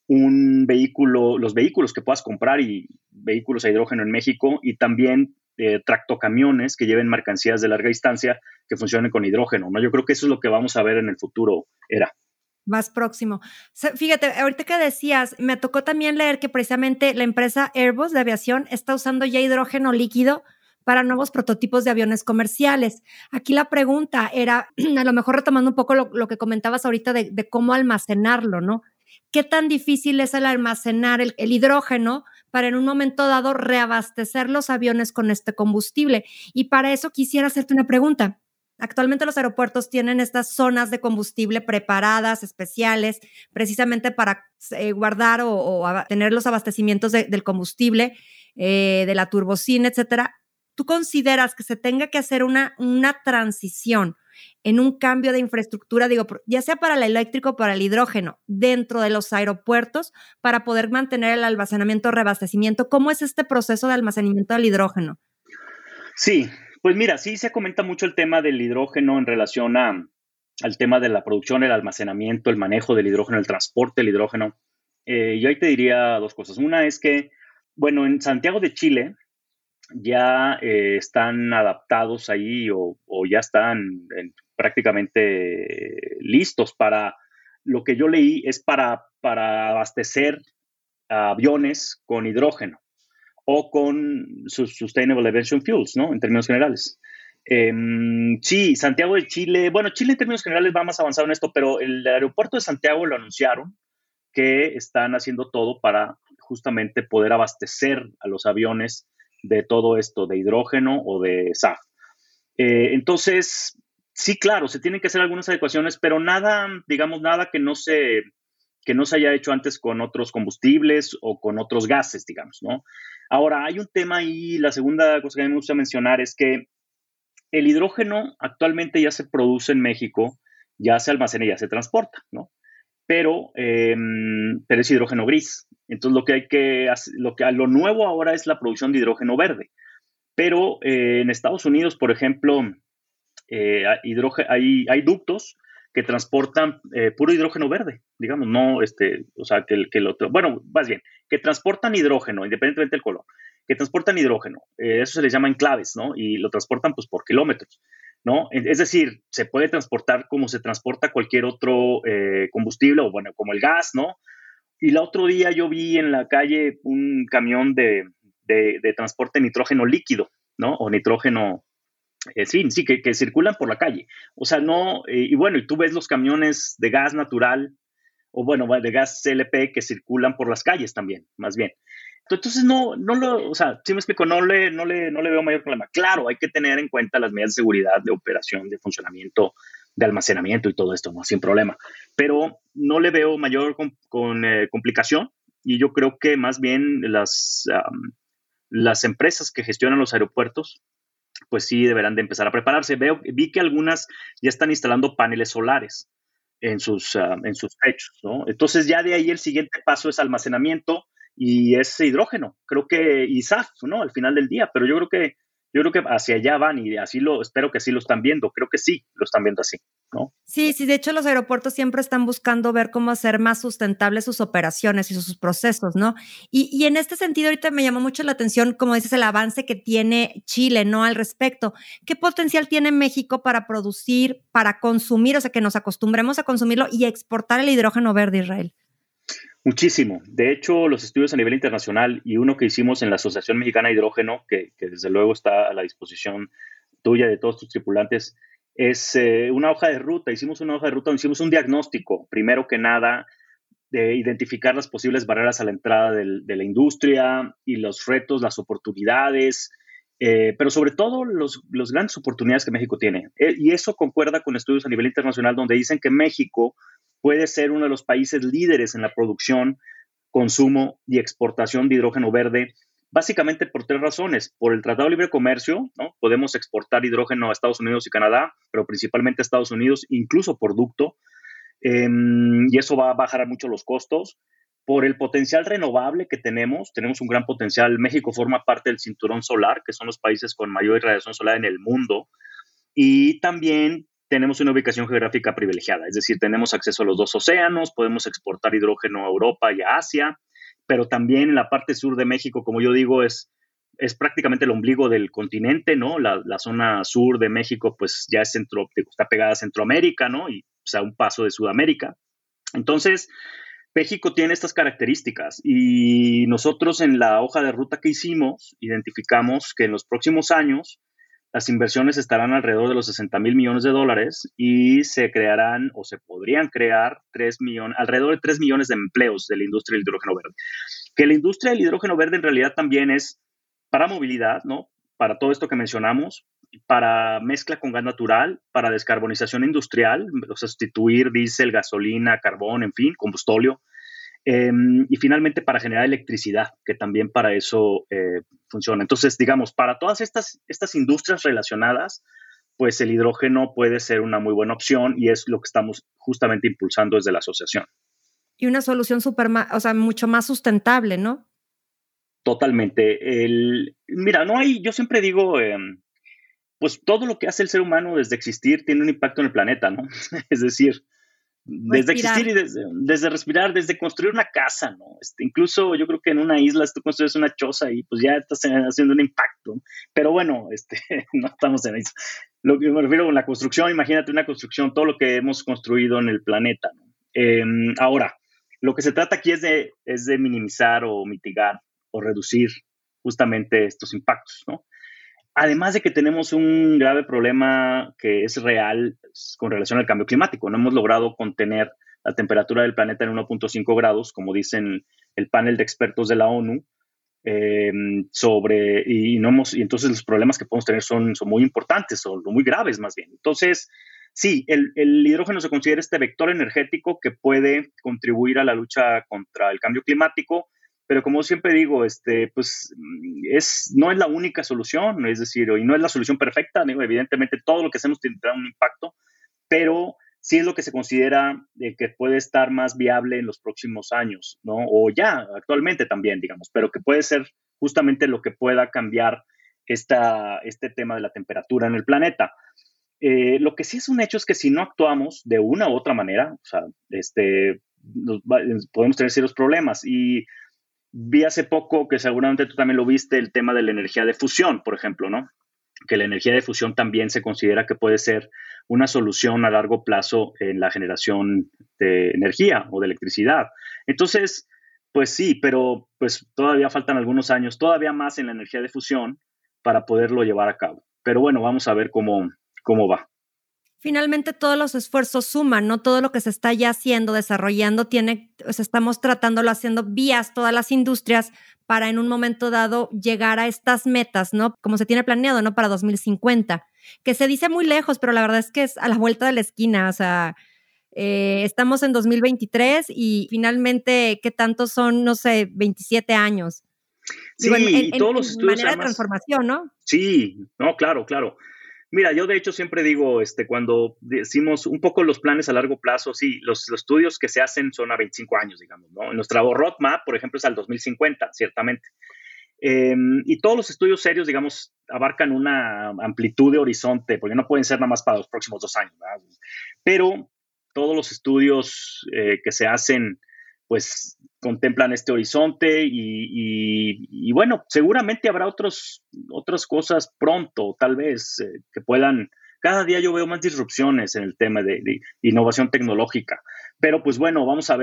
los vehículos que puedas comprar y vehículos a hidrógeno en México, y también tractocamiones que lleven mercancías de larga distancia que funcionen con hidrógeno, ¿no? Yo creo que eso es lo que vamos a ver en el futuro, Más próximo. Fíjate, ahorita que decías, me tocó también leer que precisamente la empresa Airbus de aviación está usando ya hidrógeno líquido para nuevos prototipos de aviones comerciales. Aquí la pregunta era, a lo mejor retomando un poco lo que comentabas ahorita de cómo almacenarlo, ¿no? ¿Qué tan difícil es el almacenar el hidrógeno para en un momento dado reabastecer los aviones con este combustible? Y para eso quisiera hacerte una pregunta. Actualmente los aeropuertos tienen estas zonas de combustible preparadas, especiales, precisamente para guardar o tener los abastecimientos del combustible, de la turbocina, etcétera. ¿Tú consideras que se tenga que hacer una transición en un cambio de infraestructura, digo, ya sea para el eléctrico o para el hidrógeno, dentro de los aeropuertos para poder mantener el almacenamiento, reabastecimiento? ¿Cómo es este proceso de almacenamiento del hidrógeno? Sí, pues mira, sí se comenta mucho el tema del hidrógeno en relación al tema de la producción, el almacenamiento, el manejo del hidrógeno, el transporte del hidrógeno. Yo ahí te diría 2 cosas. Una es que, bueno, en Santiago de Chile ya están adaptados ahí, o ya están prácticamente listos para, lo que yo leí es para abastecer aviones con hidrógeno o con Sustainable Aviation Fuels, ¿no? En términos generales. Sí, Santiago de Chile, bueno, Chile en términos generales va más avanzado en esto, pero el aeropuerto de Santiago lo anunciaron que están haciendo todo para justamente poder abastecer a los aviones de todo esto, de hidrógeno o de SAF. Entonces, sí, claro, se tienen que hacer algunas adecuaciones, pero nada, digamos, nada que no se haya hecho antes con otros combustibles o con otros gases, digamos, ¿no? Ahora, hay un tema ahí, la segunda cosa que a mí me gusta mencionar es que El hidrógeno actualmente ya se produce en México, ya se almacena y ya se transporta, ¿no? Pero es hidrógeno gris. Entonces lo que hay que hacer, lo nuevo ahora es la producción de hidrógeno verde. Pero en Estados Unidos, por ejemplo, hay ductos que transportan puro hidrógeno verde, digamos, no, o sea, que el otro, bueno, más bien, que transportan hidrógeno, independientemente del color, que transportan hidrógeno, eso se les llama enclaves, ¿no? Y lo transportan pues por kilómetros, ¿no? Es decir, se puede transportar como se transporta cualquier otro combustible, o bueno, como el gas, ¿no? Y el otro día yo vi en la calle un camión de transporte de nitrógeno líquido, ¿no? O nitrógeno sí, que circulan por la calle. O sea, no, y bueno, y tú ves los camiones de gas natural, o bueno, de gas CLP que circulan por las calles también, más bien. Entonces, o sea, sí me explico, no le veo mayor problema. Claro, hay que tener en cuenta las medidas de seguridad, de operación, de funcionamiento, de almacenamiento y todo esto, ¿no? Sin problema. Pero no le veo mayor complicación y yo creo que más bien las empresas que gestionan los aeropuertos pues sí deberán de empezar a prepararse. Vi que algunas ya están instalando paneles solares en sus techos, ¿no? Entonces ya de ahí el siguiente paso es almacenamiento y es hidrógeno, creo que, y SAF, ¿no? Al final del día, pero yo creo que hacia allá van y espero que sí lo están viendo, creo que sí lo están viendo así, ¿no? Sí, sí, de hecho los aeropuertos siempre están buscando ver cómo hacer más sustentables sus operaciones y sus procesos, ¿no? Y en este sentido, ahorita me llamó mucho la atención, como dices, el avance que tiene Chile, ¿no? Al respecto. ¿Qué potencial tiene México para producir, para consumir, o sea, que nos acostumbremos a consumirlo y exportar el hidrógeno verde, Israel? Muchísimo. De hecho, los estudios a nivel internacional y uno que hicimos en la Asociación Mexicana de Hidrógeno, que desde luego está a la disposición tuya de todos tus tripulantes, es una hoja de ruta. Hicimos una hoja de ruta donde hicimos un diagnóstico, primero que nada, de identificar las posibles barreras a la entrada de la industria y los retos, las oportunidades, pero sobre todo los grandes oportunidades que México tiene. Y eso concuerda con estudios a nivel internacional donde dicen que México puede ser uno de los países líderes en la producción, consumo y exportación de hidrógeno verde, básicamente por tres razones. Por el Tratado de Libre Comercio, ¿no? Podemos exportar hidrógeno a Estados Unidos y Canadá, pero principalmente a Estados Unidos, incluso por ducto, y eso va a bajar mucho los costos. Por el potencial renovable que tenemos un gran potencial. México forma parte del cinturón solar, que son los países con mayor irradiación solar en el mundo, y también tenemos una ubicación geográfica privilegiada, es decir, tenemos acceso a los dos océanos, podemos exportar hidrógeno a Europa y a Asia, pero también en la parte sur de México, como yo digo, es prácticamente el ombligo del continente, ¿no? La zona sur de México, pues ya está pegada a Centroamérica, ¿no? Y o sea, un paso de Sudamérica. Entonces, México tiene estas características y nosotros en la hoja de ruta que hicimos identificamos que en los próximos años las inversiones estarán alrededor de los 60,000 millones de dólares y se crearán o se podrían crear alrededor de 3 millones de empleos de la industria del hidrógeno verde. Que la industria del hidrógeno verde en realidad también es para movilidad, ¿no? Para todo esto que mencionamos, para mezcla con gas natural, para descarbonización industrial, o sea, sustituir diésel, gasolina, carbón, en fin, combustóleo. Y finalmente para generar electricidad, que también para eso funciona. Entonces, digamos, para todas estas industrias relacionadas, pues el hidrógeno puede ser una muy buena opción y es lo que estamos justamente impulsando desde la asociación. Y una solución o sea, mucho más sustentable, ¿no? Totalmente. Mira, no hay, yo siempre digo, pues todo lo que hace el ser humano desde existir tiene un impacto en el planeta, ¿no? Es decir, desde Respirar. existir y desde respirar, desde construir una casa, ¿no? Incluso yo creo que en una isla, si tú construyes una choza y pues ya estás haciendo un impacto. Pero bueno, no estamos en eso. Lo que me refiero con la construcción, imagínate una construcción, todo lo que hemos construido en el planeta, ¿no? Ahora, lo que se trata aquí es de minimizar o mitigar o reducir justamente estos impactos, ¿no? Además de que tenemos un grave problema que es real con relación al cambio climático. No hemos logrado contener la temperatura del planeta en 1.5 grados, como dicen el panel de expertos de la ONU, y entonces los problemas que podemos tener son muy importantes, son muy graves más bien. Entonces, sí, el hidrógeno se considera este vector energético que puede contribuir a la lucha contra el cambio climático, pero como siempre digo, pues no es la única solución, es decir, y no es la solución perfecta, digo, evidentemente todo lo que hacemos tendrá un impacto, pero sí es lo que se considera que puede estar más viable en los próximos años, ¿no? O ya actualmente también, digamos, pero que puede ser justamente lo que pueda cambiar este tema de la temperatura en el planeta. Lo que sí es un hecho es que si no actuamos de una u otra manera, o sea, podemos tener serios problemas. Y vi hace poco, que seguramente tú también lo viste, el tema de la energía de fusión, por ejemplo, ¿no? Que la energía de fusión también se considera que puede ser una solución a largo plazo en la generación de energía o de electricidad. Entonces, pues sí, pero pues todavía faltan algunos años, todavía más en la energía de fusión para poderlo llevar a cabo. Pero bueno, vamos a ver cómo va. Finalmente todos los esfuerzos suman, ¿no? Todo lo que se está ya haciendo, desarrollando, estamos tratándolo, haciendo vías todas las industrias para en un momento dado llegar a estas metas, ¿no? Como se tiene planeado, ¿no? Para 2050, que se dice muy lejos, pero la verdad es que es a la vuelta de la esquina, o sea, estamos en 2023 y finalmente, ¿qué tantos son? No sé, 27 años. Sí, Digo, y todos los en estudios manera de además, transformación, ¿no? sí, no, claro, claro. Mira, yo de hecho siempre digo, cuando decimos un poco los planes a largo plazo, sí, los estudios que se hacen son a 25 años, digamos, ¿no? Nuestra roadmap, por ejemplo, es al 2050, ciertamente. Y todos los estudios serios, digamos, abarcan una amplitud de horizonte, porque no pueden ser nada más para los próximos 2 años, ¿verdad? Pero todos los estudios que se hacen, pues contemplan este horizonte y bueno, seguramente habrá otras cosas pronto, tal vez, que puedan. Cada día yo veo más disrupciones en el tema de innovación tecnológica. Pero pues bueno,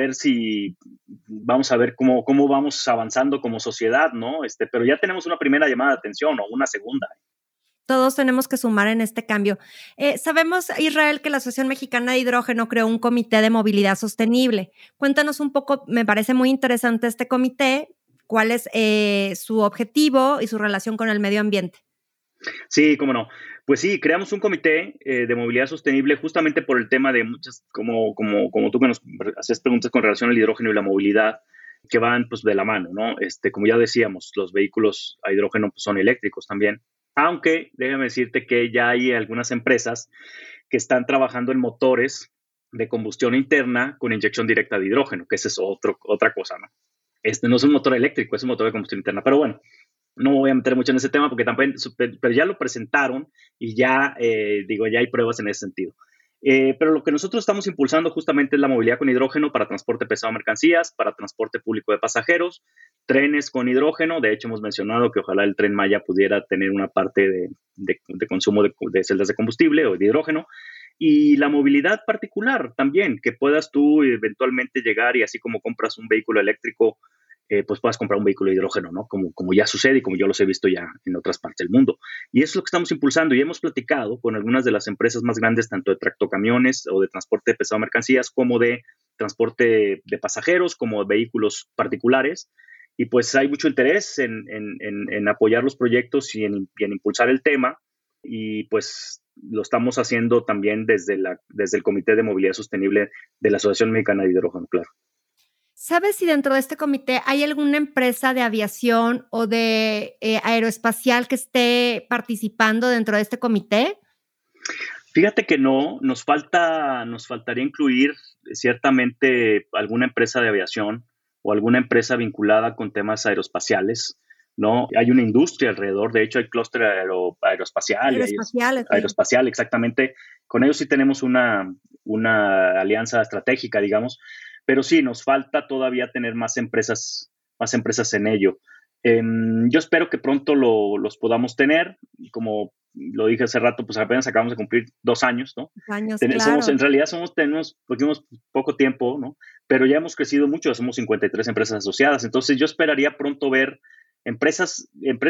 vamos a ver cómo vamos avanzando como sociedad, ¿no? Pero ya tenemos una primera llamada de atención o una segunda. Todos tenemos que sumar en este cambio. Sabemos, Israel, que la Asociación Mexicana de Hidrógeno creó un comité de movilidad sostenible. Cuéntanos un poco, me parece muy interesante este comité, cuál es su objetivo y su relación con el medio ambiente. Sí, cómo no. Pues sí, creamos un comité de movilidad sostenible justamente por el tema de muchas, como tú que nos haces preguntas con relación al hidrógeno y la movilidad, que van pues de la mano, ¿no? Como ya decíamos, los vehículos a hidrógeno pues, son eléctricos también, aunque déjame decirte que ya hay algunas empresas que están trabajando en motores de combustión interna con inyección directa de hidrógeno, que esa es otra cosa, ¿no? No es un motor eléctrico, es un motor de combustión interna, pero bueno, no me voy a meter mucho en ese tema porque también, pero ya lo presentaron y ya, ya hay pruebas en ese sentido. Pero lo que nosotros estamos impulsando justamente es la movilidad con hidrógeno para transporte pesado de mercancías, para transporte público de pasajeros, trenes con hidrógeno. De hecho, hemos mencionado que ojalá el Tren Maya pudiera tener una parte de consumo de celdas de combustible o de hidrógeno. Y la movilidad particular también, que puedas tú eventualmente llegar y así como compras un vehículo eléctrico, pues puedas comprar un vehículo de hidrógeno, ¿no? Como ya sucede y como yo los he visto ya en otras partes del mundo. Y eso es lo que estamos impulsando y hemos platicado con algunas de las empresas más grandes, tanto de tractocamiones o de transporte de pesado de mercancías, como de transporte de pasajeros, como de vehículos particulares. Y pues hay mucho interés en apoyar los proyectos y en impulsar el tema. Y pues lo estamos haciendo también desde el Comité de Movilidad Sostenible de la Asociación Mexicana de Hidrógeno, claro. ¿Sabes si dentro de este comité hay alguna empresa de aviación o de aeroespacial que esté participando dentro de este comité? Fíjate que no, nos faltaría incluir ciertamente alguna empresa de aviación o alguna empresa vinculada con temas aeroespaciales, ¿no? Hay una industria alrededor, de hecho hay clúster aeroespacial, Aeroespaciales, sí. aeroespacial, exactamente. Con ellos sí tenemos una alianza estratégica, digamos, pero sí, nos falta todavía tener más empresas en ello. Yo espero que pronto los podamos tener, y como lo dije hace rato, pues apenas acabamos de cumplir 2 años, ¿no? Años, claro. En realidad tenemos poco tiempo, ¿no? Pero ya hemos crecido mucho, somos 53 empresas asociadas, entonces yo esperaría pronto ver empresas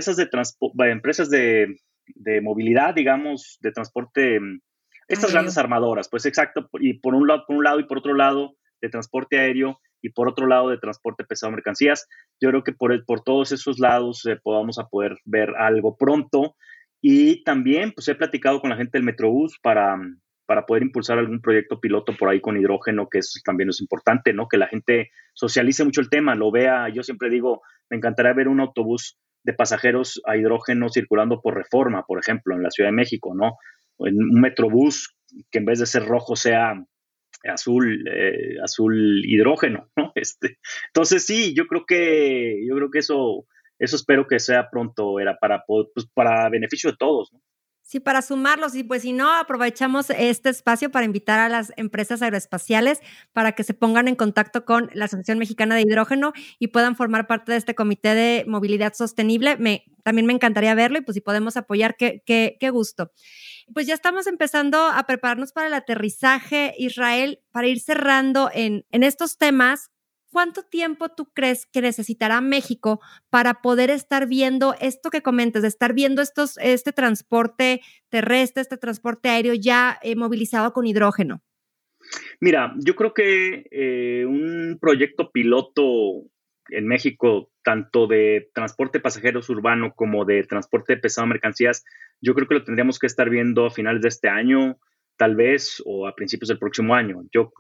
de movilidad, digamos, de transporte, estas Aéreo. grandes armadoras, pues exacto, y por un lado y por otro lado de transporte aéreo y por otro lado de transporte pesado de mercancías. Yo creo que por todos esos lados podamos a poder ver algo pronto. Y también pues he platicado con la gente del Metrobús para para poder impulsar algún proyecto piloto por ahí con hidrógeno, que eso también es importante, ¿no? Que la gente socialice mucho el tema, lo vea. Yo siempre digo, me encantaría ver un autobús de pasajeros a hidrógeno circulando por Reforma, por ejemplo, en la Ciudad de México, ¿no? O en un metrobús que en vez de ser rojo sea azul hidrógeno, ¿no? Entonces sí, yo creo que eso espero que sea pronto, era para beneficio de todos, ¿no? Sí, para sumarlos y pues si no, aprovechamos este espacio para invitar a las empresas aeroespaciales para que se pongan en contacto con la Asociación Mexicana de Hidrógeno y puedan formar parte de este comité de movilidad sostenible. También me encantaría verlo y pues si podemos apoyar, qué gusto. Pues ya estamos empezando a prepararnos para el aterrizaje, Israel, para ir cerrando en estos temas. ¿Cuánto tiempo tú crees que necesitará México para poder estar viendo esto que comentas, de estar viendo este transporte terrestre, este transporte aéreo ya movilizado con hidrógeno? Mira, yo creo que un proyecto piloto en México, tanto de transporte de pasajeros urbano como de transporte pesado de mercancías, yo creo que lo tendríamos que estar viendo a finales de este año, tal vez, o a principios del próximo año.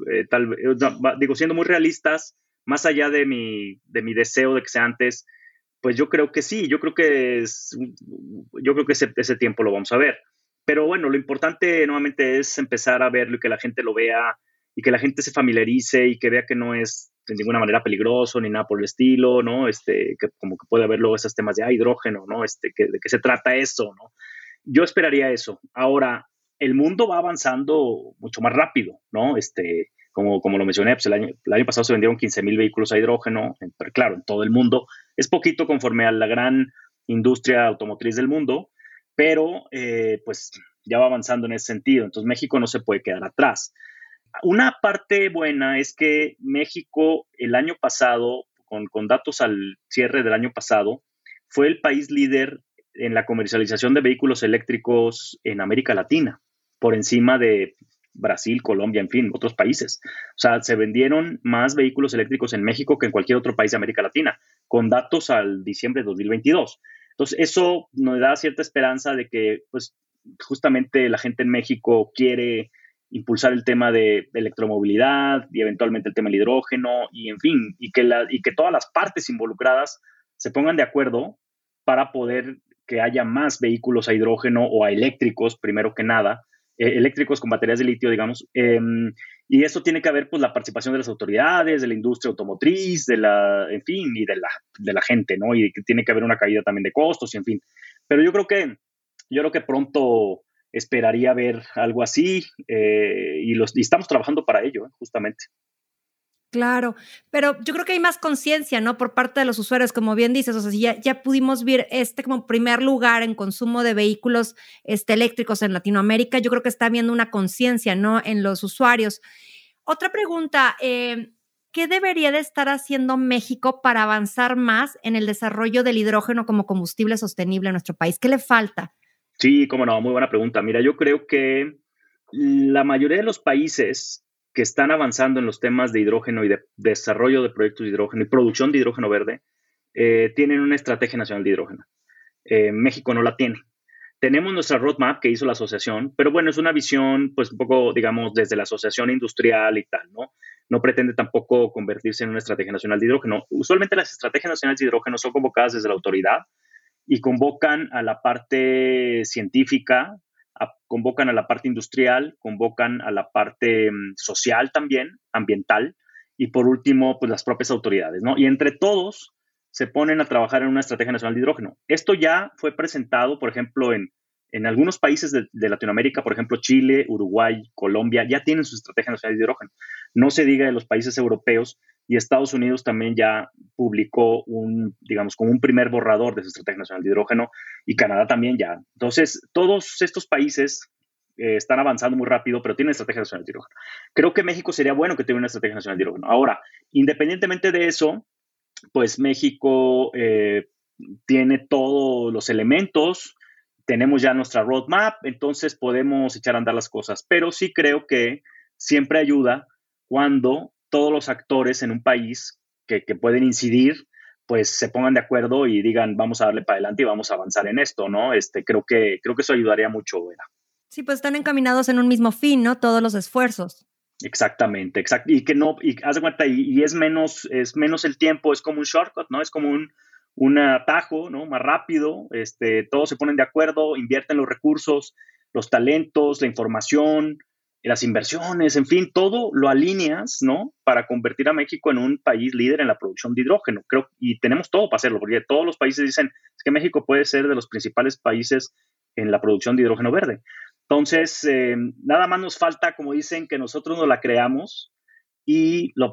Digo, siendo muy realistas, más allá de mi deseo de que sea antes, pues yo creo que sí, yo creo que ese tiempo lo vamos a ver. Pero bueno, lo importante nuevamente es empezar a verlo y que la gente lo vea y que la gente se familiarice y que vea que no es de ninguna manera peligroso ni nada por el estilo, ¿no? Que como que puede haber luego esos temas de hidrógeno, ¿no? ¿De qué se trata eso, ¿no? Yo esperaría eso. Ahora, el mundo va avanzando mucho más rápido, ¿no? Como lo mencioné, pues el año pasado se vendieron 15,000 vehículos a hidrógeno, pero claro, en todo el mundo. Es poquito conforme a la gran industria automotriz del mundo, pero pues ya va avanzando en ese sentido. Entonces México no se puede quedar atrás. Una parte buena es que México el año pasado, con datos al cierre del año pasado, fue el país líder en la comercialización de vehículos eléctricos en América Latina, por encima de Brasil, Colombia, en fin, otros países. O sea, se vendieron más vehículos eléctricos en México que en cualquier otro país de América Latina, con datos al diciembre de 2022. Entonces, eso nos da cierta esperanza de que, pues, justamente la gente en México quiere impulsar el tema de electromovilidad y eventualmente el tema del hidrógeno y en fin, y que todas las partes involucradas se pongan de acuerdo para poder que haya más vehículos a hidrógeno o a eléctricos, primero que nada, eléctricos con baterías de litio, digamos, y eso tiene que haber pues la participación de las autoridades, de la industria automotriz, en fin, y de la gente, ¿no? Y que tiene que haber una caída también de costos, y en fin. Pero yo creo que pronto esperaría ver algo así y estamos trabajando para ello, justamente. Claro, pero yo creo que hay más conciencia, ¿no? Por parte de los usuarios, como bien dices, o sea, si ya pudimos ver como primer lugar en consumo de vehículos eléctricos en Latinoamérica, yo creo que está habiendo una conciencia, ¿no? En los usuarios. Otra pregunta, ¿qué debería de estar haciendo México para avanzar más en el desarrollo del hidrógeno como combustible sostenible en nuestro país? ¿Qué le falta? Sí, cómo no, muy buena pregunta. Mira, yo creo que la mayoría de los países que están avanzando en los temas de hidrógeno y de desarrollo de proyectos de hidrógeno y producción de hidrógeno verde tienen una estrategia nacional de hidrógeno. México no la tiene. Tenemos nuestra roadmap que hizo la asociación, pero bueno, es una visión pues un poco, digamos, desde la asociación industrial y tal, ¿no? No pretende tampoco convertirse en una estrategia nacional de hidrógeno. Usualmente las estrategias nacionales de hidrógeno son convocadas desde la autoridad y convocan a la parte científica, convocan a la parte industrial, convocan a la parte social también, ambiental, y por último, pues las propias autoridades, ¿no? Y entre todos se ponen a trabajar en una estrategia nacional de hidrógeno. Esto ya fue presentado, por ejemplo, en algunos países de Latinoamérica, por ejemplo, Chile, Uruguay, Colombia, ya tienen su estrategia nacional de hidrógeno. No se diga de los países europeos, y Estados Unidos también ya publicó digamos, como un primer borrador de su estrategia nacional de hidrógeno, y Canadá también ya. Entonces, todos estos países están avanzando muy rápido, pero tienen estrategia nacional de hidrógeno. Creo que México sería bueno que tuviera una estrategia nacional de hidrógeno. Ahora, independientemente de eso, pues México tiene todos los elementos, tenemos ya nuestra roadmap, entonces podemos echar a andar las cosas, pero sí creo que siempre ayuda cuando todos los actores en un país que pueden incidir, pues se pongan de acuerdo y digan, vamos a darle para adelante y vamos a avanzar en esto, ¿no? Creo que eso ayudaría mucho, ¿verdad? Sí, pues están encaminados en un mismo fin, ¿no? Todos los esfuerzos. Exactamente, exacto. Y que no, y haz de cuenta, y es menos el tiempo, es como un shortcut, ¿no? Es como un atajo, ¿no? Más rápido, todos se ponen de acuerdo, invierten los recursos, los talentos, la información, las inversiones, en fin, todo lo alineas, ¿no? Para convertir a México en un país líder en la producción de hidrógeno. Creo, y tenemos todo para hacerlo, porque todos los países dicen, es que México puede ser de los principales países en la producción de hidrógeno verde. Entonces, nada más nos falta, como dicen, que nosotros nos la creamos y los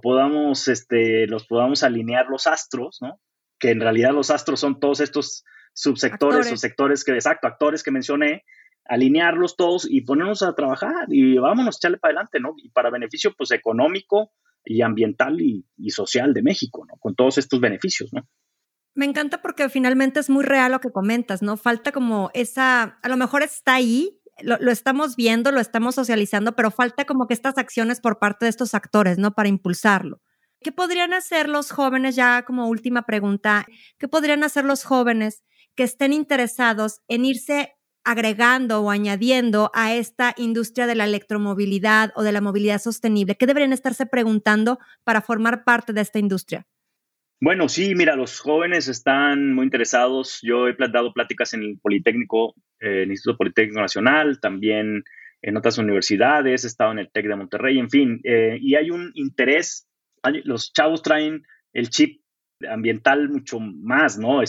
podamos alinear los astros, ¿no? Que en realidad los astros son todos estos subsectores o sectores actores que mencioné, alinearlos todos y ponernos a trabajar y vámonos a echarle para adelante, ¿no? Y para beneficio, pues, económico y ambiental y social de México, ¿no? Con todos estos beneficios, ¿no? Me encanta porque finalmente es muy real lo que comentas, ¿no? Falta como a lo mejor está ahí, lo estamos viendo, lo estamos socializando, pero falta como que estas acciones por parte de estos actores, ¿no? Para impulsarlo. ¿Qué podrían hacer los jóvenes, ya como última pregunta, qué podrían hacer los jóvenes que estén interesados en irse agregando o añadiendo a esta industria de la electromovilidad o de la movilidad sostenible? ¿Qué deberían estarse preguntando para formar parte de esta industria? Bueno, sí, mira, los jóvenes están muy interesados. Yo he dado pláticas en el Politécnico, el Instituto Politécnico Nacional, también en otras universidades, he estado en el TEC de Monterrey, en fin, y hay un interés. Los chavos traen el chip ambiental mucho más, ¿no?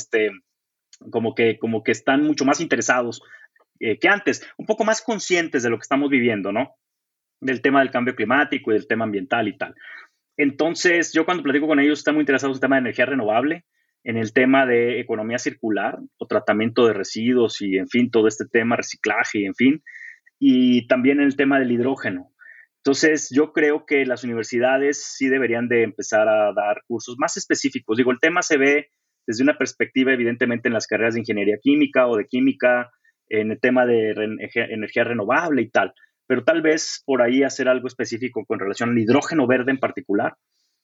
Como que están mucho más interesados que antes, un poco más conscientes de lo que estamos viviendo, ¿no? Del tema del cambio climático y del tema ambiental y tal. Entonces, yo cuando platico con ellos están muy interesados en el tema de energía renovable, en el tema de economía circular o tratamiento de residuos y, en fin, todo este tema, reciclaje y, en fin, y también en el tema del hidrógeno. Entonces, yo creo que las universidades sí deberían de empezar a dar cursos más específicos. Digo, el tema se ve desde una perspectiva, evidentemente, en las carreras de ingeniería química o de química, en el tema de energía renovable y tal. Pero tal vez por ahí hacer algo específico con relación al hidrógeno verde en particular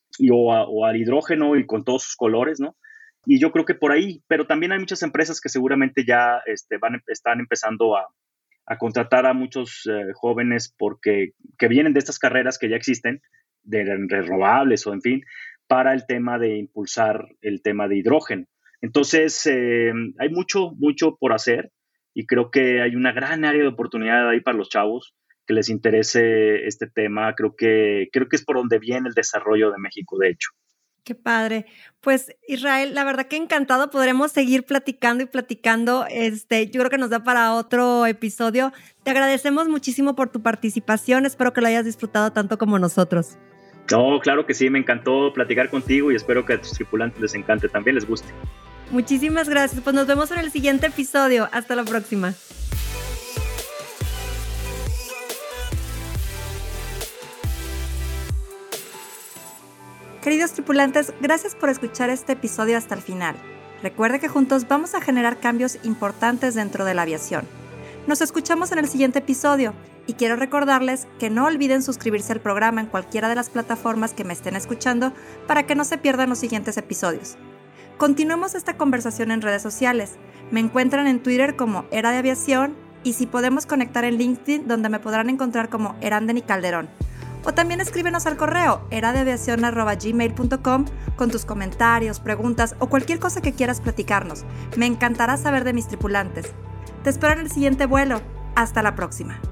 o al hidrógeno y con todos sus colores, ¿no? Y yo creo que por ahí, pero también hay muchas empresas que seguramente ya están empezando a contratar a muchos jóvenes que vienen de estas carreras que ya existen, de renovables o en fin, para el tema de impulsar el tema de hidrógeno. Entonces, hay mucho por hacer y creo que hay una gran área de oportunidad ahí para los chavos que les interese este tema. Creo que es por donde viene el desarrollo de México, de hecho. Qué padre. Pues, Israel, la verdad que encantado. Podremos seguir platicando y platicando. Yo creo que nos da para otro episodio. Te agradecemos muchísimo por tu participación. Espero que lo hayas disfrutado tanto como nosotros. No, claro que sí. Me encantó platicar contigo y espero que a tus tripulantes les encante, también les guste. Muchísimas gracias. Pues nos vemos en el siguiente episodio. Hasta la próxima. Queridos tripulantes, gracias por escuchar este episodio hasta el final. Recuerde que juntos vamos a generar cambios importantes dentro de la aviación. Nos escuchamos en el siguiente episodio y quiero recordarles que no olviden suscribirse al programa en cualquiera de las plataformas que me estén escuchando para que no se pierdan los siguientes episodios. Continuemos esta conversación en redes sociales. Me encuentran en Twitter como Era de Aviación y si podemos conectar en LinkedIn, donde me podrán encontrar como Eranden y Calderón. O también escríbenos al correo eradeaviacion@gmail.com con tus comentarios, preguntas o cualquier cosa que quieras platicarnos. Me encantará saber de mis tripulantes. Te espero en el siguiente vuelo. Hasta la próxima.